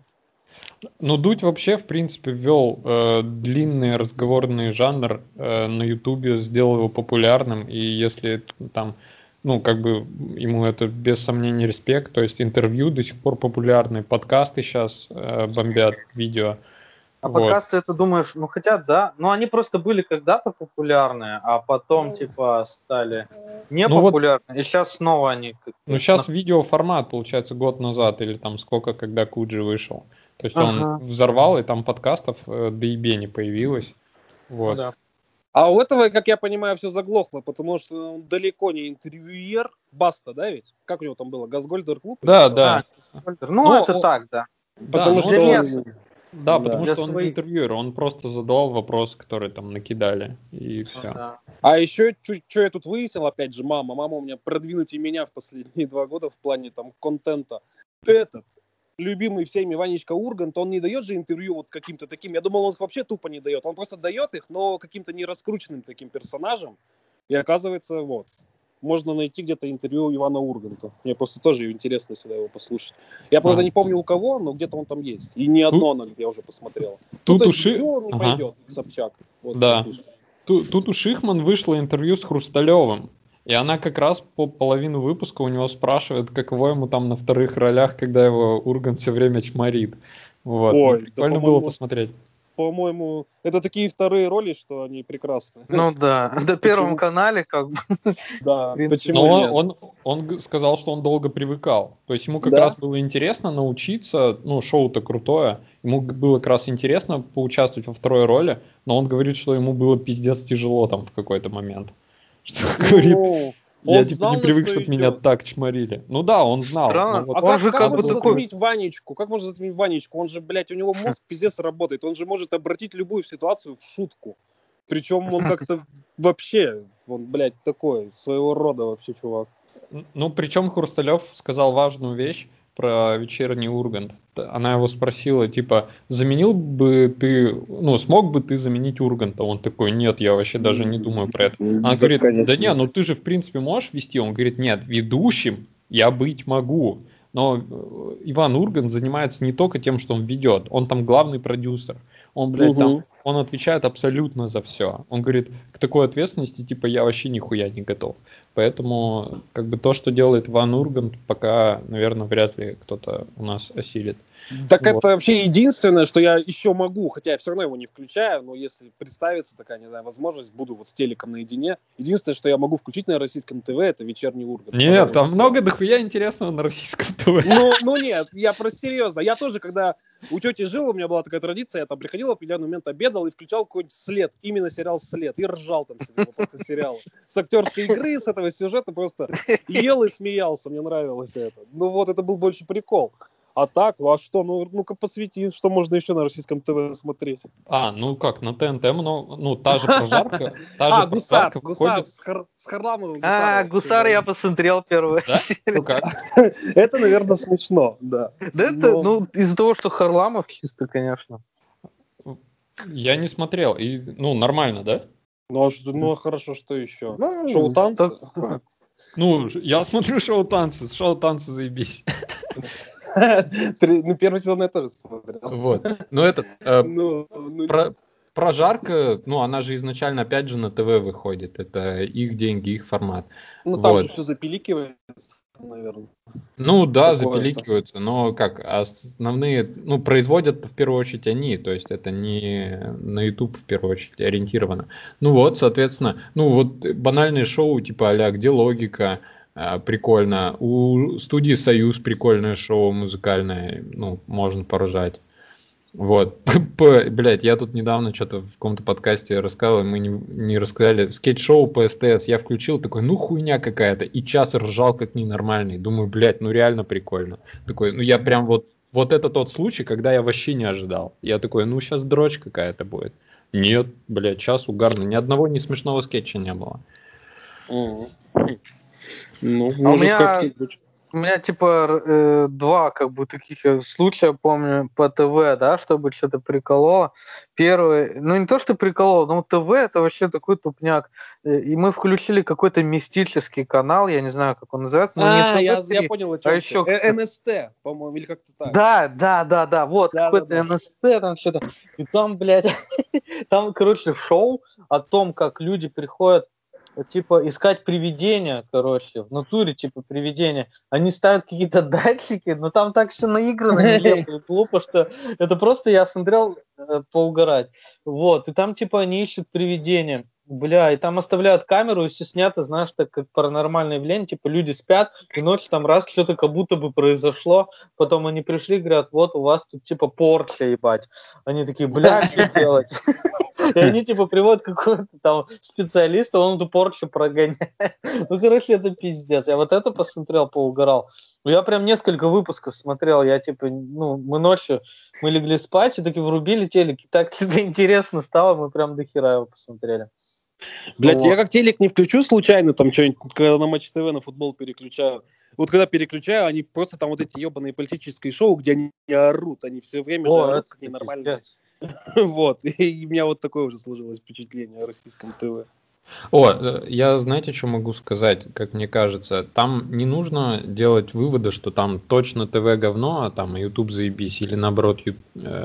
Ну, Дудь вообще, в принципе, ввел э, длинный разговорный жанр э, на Ютубе, сделал его популярным, и если там, ну, как бы ему это без сомнений респект, то есть интервью до сих пор популярны, подкасты сейчас э, бомбят, видео. А Вот. подкасты, это думаешь, ну хотя да, но они просто были когда-то популярные, а потом типа стали не Ну вот- популярны, и сейчас снова они... как-то Ну, сейчас на- видеоформат, получается, год назад, или там сколько, когда Куджи вышел. То есть Ага. он взорвал, и там подкастов э, до ебе не появилось. Вот. Да. А у этого, как я понимаю, все заглохло, потому что он далеко не интервьюер. Баста, да ведь? Как у него там было? Газгольдер клуб? Да, Или да. Ну, Ну, это он- так, да. Да, Потому ну, что для он- места. Да, Да. потому Для что он не своих. интервьюер, он просто задавал вопросы, которые там накидали, и все. Да. А еще, что я тут выяснил, опять же, мама. Мама у меня продвинутее меня в последние два года в плане там контента. Этот, любимый всеми Ванечка Ургант, он не дает же интервью вот каким-то таким. Я думал, он их вообще тупо не дает. Он просто дает их, но каким-то нераскрученным таким персонажем. И оказывается, вот, можно найти где-то интервью Ивана Урганта. Мне просто тоже интересно сюда его послушать. Я просто А. не помню у кого, но где-то он там есть. И не одно, на где я уже посмотрел. Тут ну, то у есть, Ши- где он не Ага. пойдет, Собчак. Вот Да. как пишет. Тут, тут у Шихман вышло интервью с Хрусталевым, и она как раз по половину выпуска у него спрашивает, каково ему там на вторых ролях, когда его Ургант все время чморит. Вот. Ой, Ну, да, прикольно было по-моему, посмотреть. По-моему, это такие вторые роли, что они прекрасны. Ну да, на Первом Почему? канале как бы. Да, в принципе. почему Но нет? он, он, он г- сказал, что он долго привыкал. То есть ему как Да? раз было интересно научиться, ну, шоу-то крутое, ему г- было как раз интересно поучаствовать во второй роли, но он говорит, что ему было пиздец тяжело там в какой-то момент. Что говорит, Ну, я он типа знал, не на привык, что чтобы меня идет. так чморили. Ну да, он знал. Странно. но вот А Он как, же как как можно бы такой- затмить Ванечку? Как можно затмить Ванечку? Он же, блядь, у него мозг пиздец работает. Он же может обратить любую ситуацию в шутку. Причем он как-то вообще, он, блядь, такой, своего рода вообще чувак. Ну, причем Хрусталев сказал важную вещь про вечерний Ургант. Она его спросила, типа, заменил бы ты, ну, смог бы ты заменить Урганта? Он такой, нет, я вообще даже не думаю про это. Она Да, говорит, конечно. да не, ну ты же в принципе можешь вести? Он говорит, нет, ведущим я быть могу. Но э, Иван Ургант занимается не только тем, что он ведет, он там главный продюсер. Он, блядь, Мгм. там, он отвечает абсолютно за все. Он говорит, к такой ответственности, типа, я вообще нихуя не готов. Поэтому, как бы, то, что делает Иван Ургант, пока, наверное, вряд ли кто-то у нас осилит. Так Вот. это вообще единственное, что я еще могу, хотя я все равно его не включаю, но если представится такая, не знаю, возможность, буду вот с телеком наедине. Единственное, что я могу включить на российском ТВ, это вечерний Ургант. Нет, Пожалуйста. там много дохуя интересного на российском ТВ. Ну, ну нет, я просто серьезно. Я тоже, когда у тети жил, у меня была такая традиция, я там приходил в определенный момент, обедал и включал какой-нибудь «След», именно сериал «След», и ржал там себе после сериала. С актерской игры, с этого сюжета просто ел и смеялся, мне нравилось это. Ну вот, это был больше прикол. А так, ну а что, ну, ну-ка посвети, что можно еще на российском ТВ смотреть. А, ну как, на ТНТ много, ну та же прожарка, та А, же Гусар, прожарка Гусар входит. с, Хар- с Харламовым. А, Гусаром. Гусар я посмотрел первую Да? серию. Ну как? Это, наверное, смешно, да. Да это, Но- ну, из-за того, что Харламов чисто, конечно. Я не смотрел, и, ну, нормально, да? Ну, а что- ну, хорошо, что еще? Ну, Шоу танца? так- Ну, ж- я смотрю шоу танцы, шоу танцы заебись. Три- Ну, первый сезон я тоже смотрел. Вот. Но это, э, Ну, ну, про, прожарка, ну, она же изначально, опять же, на ТВ выходит. Это их деньги, их формат. ну, там вот. же все запиликивается. наверное. Ну да, Такое-то. запиликиваются, но как основные, ну, производят в первую очередь они, то есть это не на YouTube в первую очередь ориентировано. Ну вот, соответственно, ну вот банальные шоу типа а-ля «Где логика?» а, прикольно. У студии «Союз» прикольное шоу музыкальное, ну, можно поржать. Вот, блять, я тут недавно что-то в каком-то подкасте рассказывал, мы не, не рассказали, скетч-шоу по СТС, я включил, такой, ну хуйня какая-то, и час ржал как ненормальный, думаю, блять, ну реально прикольно. Такой, ну я прям вот, вот это тот случай, когда я вообще не ожидал. Я такой, ну сейчас дрочь какая-то будет. Нет, блять, час угарно, ни одного не смешного скетча не было. Мгм. Ну, А у может меня, как-нибудь. у меня типа э, два как бы таких э, случая, помню, по ТВ, да, чтобы что-то прикололо. Первый, ну не то, что прикололо, но ТВ это вообще такой тупняк. Э, И мы включили какой-то мистический канал, я не знаю, как он называется, но А, не я, ТВ я три, понял, о а чем ты. еще Э, НСТ, по-моему, или как-то так. Да, да, да, да, вот, Да, какой-то да, да. НСТ там что-то. И там, блядь, там, короче, шоу о том, как люди приходят, э, типа, искать привидения, короче, в натуре, типа, привидения. Они ставят какие-то датчики, но там так все наиграно, нелепо и глупо, что это просто я смотрел э, поугарать. Вот, и там, типа, они ищут привидения. Бля, и там оставляют камеру, и все снято, знаешь, так как паранормальное явление, типа люди спят, и ночью там раз что-то как будто бы произошло, потом они пришли, говорят, вот у вас тут типа порча, ебать. Они такие, бля, что делать? И они типа приводят какого-то там специалиста, он эту порчу прогоняет. Ну, короче, это пиздец. Я вот это посмотрел, поугарал. Ну, я прям несколько выпусков смотрел, я типа, ну, мы ночью, мы легли спать, и таки врубили телек, и так типа интересно стало, мы прям до хера его посмотрели. Блять, я Вот. как телек не включу случайно, там что-нибудь, когда на Матч ТВ на футбол переключаю. Вот когда переключаю, они просто там вот эти ебаные политические шоу, где они орут, они все время же О, орут, это как ненормальные. пиздец. Вот, и у меня вот такое уже сложилось впечатление о российском ТВ. О, э, я знаете, что могу сказать, как мне кажется, там не нужно делать выводы, что там точно ТВ говно, а там YouTube заебись, или наоборот ю-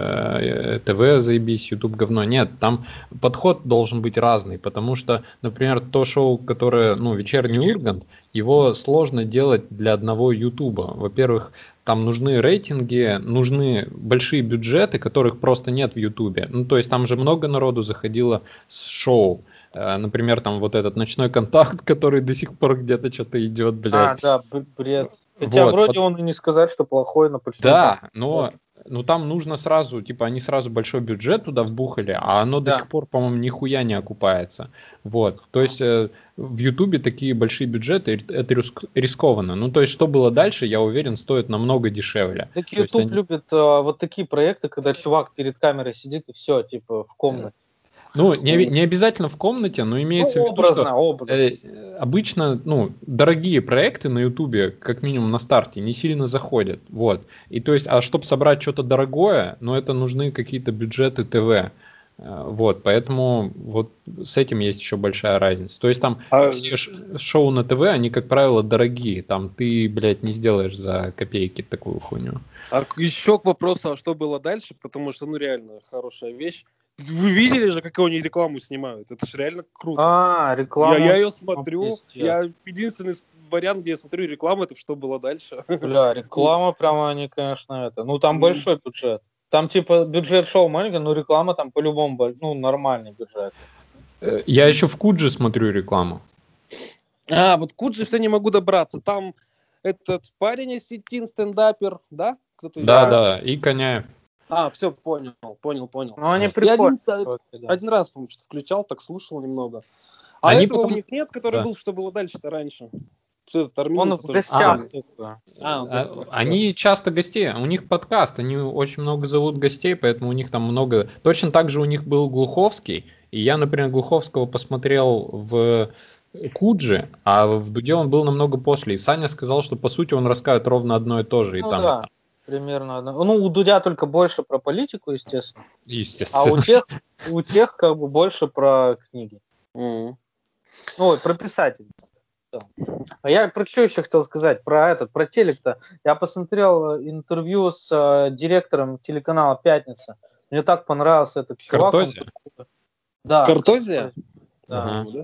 э, ТВ заебись, YouTube говно. Нет, там подход должен быть разный, потому что, например, то шоу, которое, ну, «Вечерний Ургант», его сложно делать для одного Ютуба. Во-первых, там нужны рейтинги, нужны большие бюджеты, которых просто нет в Ютубе. Ну, то есть там же много народу заходило с шоу. Э, Например, там вот этот «Ночной контакт», который до сих пор где-то что-то идет, А, блядь. да, б- бред. Хотя Вот, вроде вот. он и не сказать, что плохой, но почему Да, там? но ну там нужно сразу, типа, они сразу большой бюджет туда вбухали, а оно до Да. сих пор, по-моему, нихуя не окупается. Вот, то есть э, в Ютубе такие большие бюджеты, и это риск- рискованно. Ну, то есть, что было дальше, я уверен, стоит намного дешевле. Так То есть YouTube они- любит а, вот такие проекты, когда чувак перед камерой сидит и все, типа, в комнате. Ну, не, оби- не обязательно в комнате, но имеется Ну, в виду, что образно, образно. э, обычно, ну, дорогие проекты на Ютубе, как минимум на старте, не сильно заходят. Вот. И то есть, а чтобы собрать что-то дорогое, ну, это нужны какие-то бюджеты ТВ. Э, Вот, поэтому вот с этим есть еще большая разница. То есть там А- все ш- шоу на ТВ, они, как правило, дорогие. Там ты, блядь, не сделаешь за копейки такую хуйню. А к- еще к вопросу, а что было дальше, потому что, ну, реально, хорошая вещь. Вы видели же, какую они рекламу снимают? Это же реально круто. А, Я, реклама. я ее смотрю, пиздец. я единственный с- вариант, где я смотрю рекламу, это что было дальше. Бля, реклама прямо они, конечно, это. Ну, там Мгм. большой бюджет. Там, типа, бюджет шоу маленький, но реклама там по-любому, боль- ну, нормальный бюджет. Э, Я еще в Кудже смотрю рекламу. А, вот Куджи все не могу добраться. Там этот парень из сетин, стендапер, да? Кто-то Да, еще? да, и Коняев. А, все, понял, понял, понял. Ну, они Вот. Я один, прикольные. чуваки, да. один раз, по-моему, что-то включал, так слушал немного. А Они этого потом- у них нет, который Да. был, что было дальше-то раньше? Что этот Армин, Он в который- гостях. А. только. А, в А, гостях. Они часто гостей, у них подкаст, они очень много зовут гостей, поэтому у них там много. Точно так же у них был Глуховский, и я, например, Глуховского посмотрел в Кудже, а в Дуде он был намного после. И Саня сказал, что по сути он рассказывает ровно одно и то же, и Ну там, и да, там. примерно. одно. Ну, у Дудя только больше про политику, естественно. Естественно. А у тех, у тех как бы больше про книги. Мгм. Ой, про писателей. Да. А я про что еще хотел сказать? Про этот, про телек-то. Я посмотрел э, интервью с э, директором телеканала «Пятница». Мне так понравился этот чувак. он Картозия? такой- Да. Картозия? Да. Ага. Да?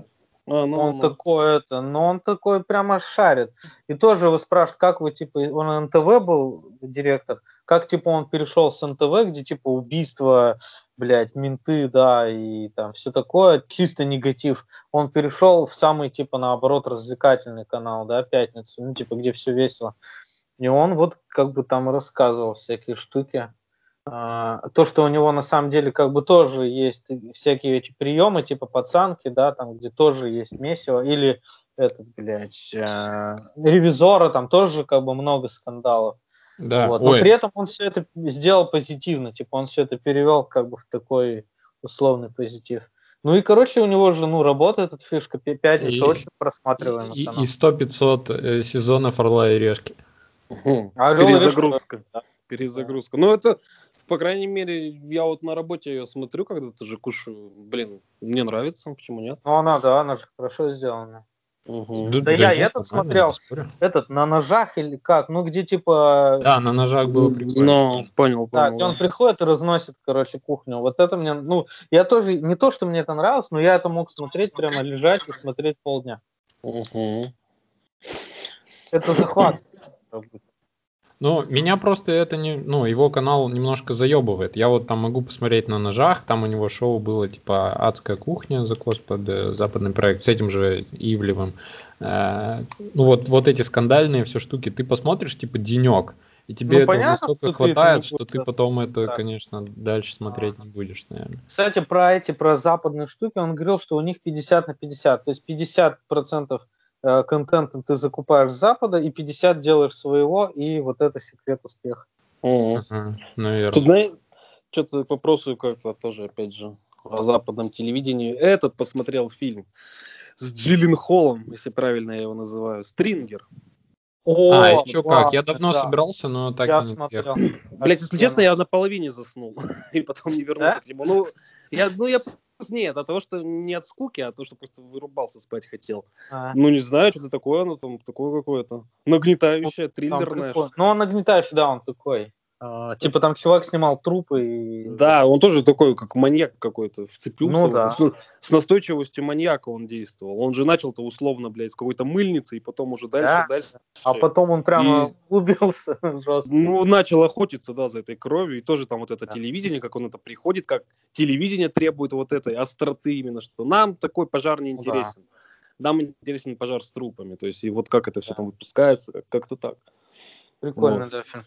А, ну, Он ну. такой это, но он такой прямо шарит. И тоже его спрашивают, как вы, типа, он эн тэ вэ был директор, как, типа, он перешел с эн тэ вэ, где, типа, убийства, блядь, менты, да, и там все такое, чисто негатив. Он перешел в самый, типа, наоборот, развлекательный канал, да, «Пятницу», ну, типа, где все весело. И он вот как бы там рассказывал всякие штуки. А, то, что у него на самом деле как бы тоже есть всякие эти приемы, типа пацанки, да, там, где тоже есть месиво, или этот, блядь, э, ревизора, там тоже как бы много скандалов. Да, Вот. Но ой, при этом он все это сделал позитивно, типа он все это перевел как бы в такой условный позитив. Ну и, короче, у него же, ну, работает эта фишка, Пя- пятница, и, очень и, просматриваемый и канал. сто пятьсот э, сезонов «Орла и решки». Мгм. Орел и Решка, Перезагрузка. да. Перезагрузка. Ну, это, по крайней мере, я вот на работе ее смотрю, когда тоже кушаю. Блин, мне нравится, почему нет? Ну она, да, она же хорошо сделана. Мгм. Да, Да да я и нет, этот нормально, смотрел, не спорю. этот на ножах или как, ну где типа, Да, на ножах было прикольно. Ну, понял, да, понял. где он да. приходит и разносит, короче, кухню. Вот это мне, ну, я тоже, не то, что мне это нравилось, но я это мог смотреть, прямо лежать и смотреть полдня. Мгм. Это захват. Ну, меня просто это не, ну, его канал немножко заебывает. Я вот там могу посмотреть на ножах, там у него шоу было типа «Адская кухня», закос под э, западный проект с этим же Ивлевым. Э, ну вот, вот эти скандальные все штуки, ты посмотришь типа денек, и тебе Ну, этого понятно, настолько что ты их хватает, не что будешь ты потом это, да. конечно, дальше смотреть не будешь, наверное. Кстати, про эти, про западные штуки, он говорил, что у них пятьдесят на пятьдесят, то есть пятьдесят процентов э, контента ты закупаешь с Запада и пятьдесят делаешь своего, и вот это секрет успеха. Мгм. Ага, наверное. Тут, знаешь, что-то вопросу как-то тоже, опять же, о западном телевидении. Этот посмотрел фильм с Джилленхолом, если правильно я его называю, «Стрингер». А, О, еще как, я классно, давно да. собирался, но так Я и не смотрел. доехал. Блять, если честно, я на половине заснул и потом не вернулся Да? к нему. Ну, я, ну, я просто нет, от того, что не от скуки, а от того, что просто вырубался, спать хотел. А, Ну, не знаю, что-то такое, ну, там, такое какое-то нагнетающее, там триллерное. прикольно. Ну, он нагнетающий, да, он такой. А, типа там чувак снимал трупы и... Да, он тоже такой, как маньяк какой-то, вцепился. Ну в- да. с, с настойчивостью маньяка он действовал. Он же начал-то условно, блядь, с какой-то мыльницы, и потом уже дальше, Да. дальше. А потом он прямо И- углубился жестко. Ну, начал охотиться, да, за этой кровью, и тоже там вот это Да. телевидение, как он это приходит, как телевидение требует вот этой остроты именно, что нам такой пожар не Ну да. интересен. Нам интересен пожар с трупами, то есть и вот как это все Да. там выпускается, как- как-то так. Прикольно, Вот. да, фильм.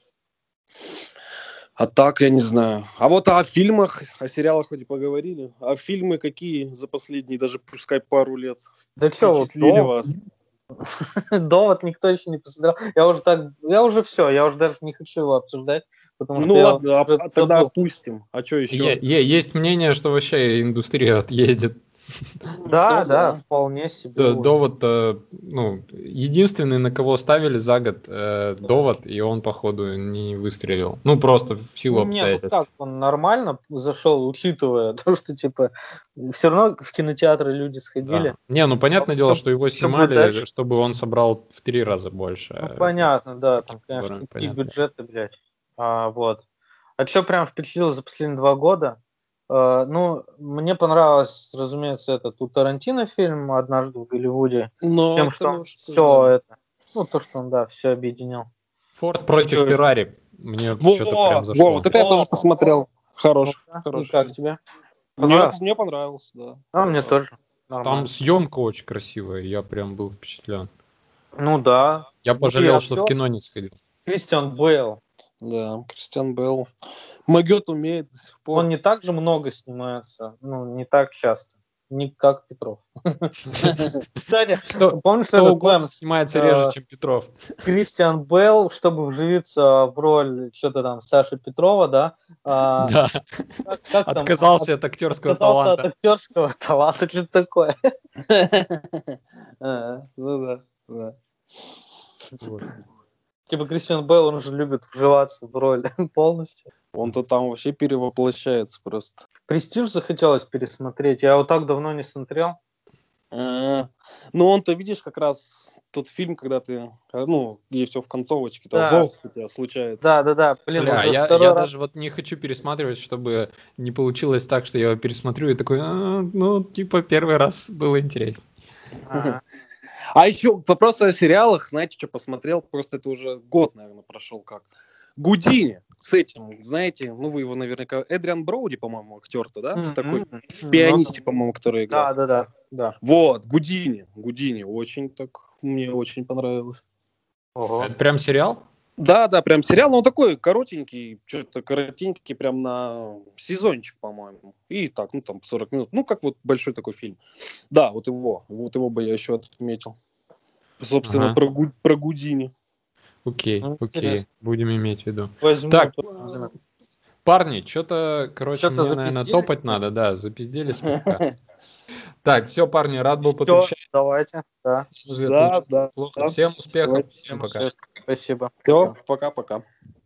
А так, я не знаю. А вот о фильмах, о сериалах хоть и поговорили. А фильмы какие за последние, даже пускай пару лет, Да что, вот впечатлили довод, вас? довод никто еще не посмотрел. Я уже так, я уже все, я уже даже не хочу его обсуждать, потому что Ну я ладно, а, уже а тогда забыл. опустим. А что еще? Е- е- есть мнение, что вообще индустрия отъедет. Да, Ну, да, вполне себе. Д- уже. Довод, э, ну, единственный, на кого ставили за год э, довод, и он, походу, не выстрелил. Ну, просто в силу Не, ну обстоятельств. как, он нормально зашел, учитывая то, что, типа, все равно в кинотеатры люди сходили. Да. Не, ну, понятное А дело, чтоб- что его чтоб будет снимали, дальше. чтобы он собрал в три раза больше. Ну, понятно, да, там, Таким конечно, образом, какие понятно. бюджеты, блядь. А, вот. А что прям впечатлило за последние два года? Э, ну, мне понравилось, разумеется, этот у Тарантино фильм «Однажды в Голливуде», Но тем, это что он немножко, все да. это, ну, то, что он, да, все объединил. Форд против Чё? Феррари. Мне Во, что-то прям во, зашло. вот это я О, тоже посмотрел. Хорош, Ну-ка, и хороший как фильм. тебе? Мне, Понравилось? мне понравился, да. А, мне тоже. Там Нормально. съемка очень красивая, я прям был впечатлен. Ну да. Я Ну, пожалел, и что в актер кино не сходил. Кристиан Бейл. Да, Кристиан Белл. Могет умеет до сих пор. Он не так же много снимается, ну, не так часто. Не как Петров. Кстати, Что, помнишь, кто этот угодно мем с, снимается э, реже, чем Петров. Кристиан Бейл, чтобы вживиться в роль что-то там Саши Петрова, да? а, Да. как, как там? Отказался от актерского Отказался от таланта. актерского таланта, что-то такое. А, Ну да, да. Вот. Типа Кристиан Бейл, он уже любит вживаться в роль полностью. Он-то там вообще перевоплощается просто. Престиж захотелось пересмотреть. Я его так давно не смотрел. А, Ну, он-то, видишь, как раз тот фильм, когда ты, э, ну, где все в концовочке, то Да. волк у тебя случается. Да, да, да. Блин, Бля, уже я, второй я раз. даже вот не хочу пересматривать, чтобы не получилось так, что я его пересмотрю и такой, «А, ну, типа, первый раз было интересно». Ага. А еще вопрос о сериалах, знаете, что посмотрел? Просто это уже год, наверное, прошел как. Гудини с этим, знаете, ну вы его наверняка... Эдриан Броуди, по-моему, актер-то, да? Мгм. Такой Ну, в «Пианисте», по-моему, который играл. Да, да, да, да. Вот, Гудини. Гудини очень так, мне очень понравилось. Ого. Это прям сериал? Да, да, прям сериал, но он такой коротенький, что-то коротенький, прям на сезончик, по-моему. И так, ну там сорок минут. Ну, как вот большой такой фильм. Да, вот его. Вот его бы я еще отметил. Собственно, Ага. про, Гу- про Гудини. Окей, Ну, окей, интересно. будем иметь в виду. Возьму. Так, тоже. парни, что-то, короче, Что-то мне, наверное, запизделись? топать надо, да, запиздели слегка. Так, все, парни, рад был Всё, потрещать. давайте. Да. Может, я Да, тут да, плохо. да. Всем успехов, Давайте. всем пока. Спасибо. Все, пока-пока.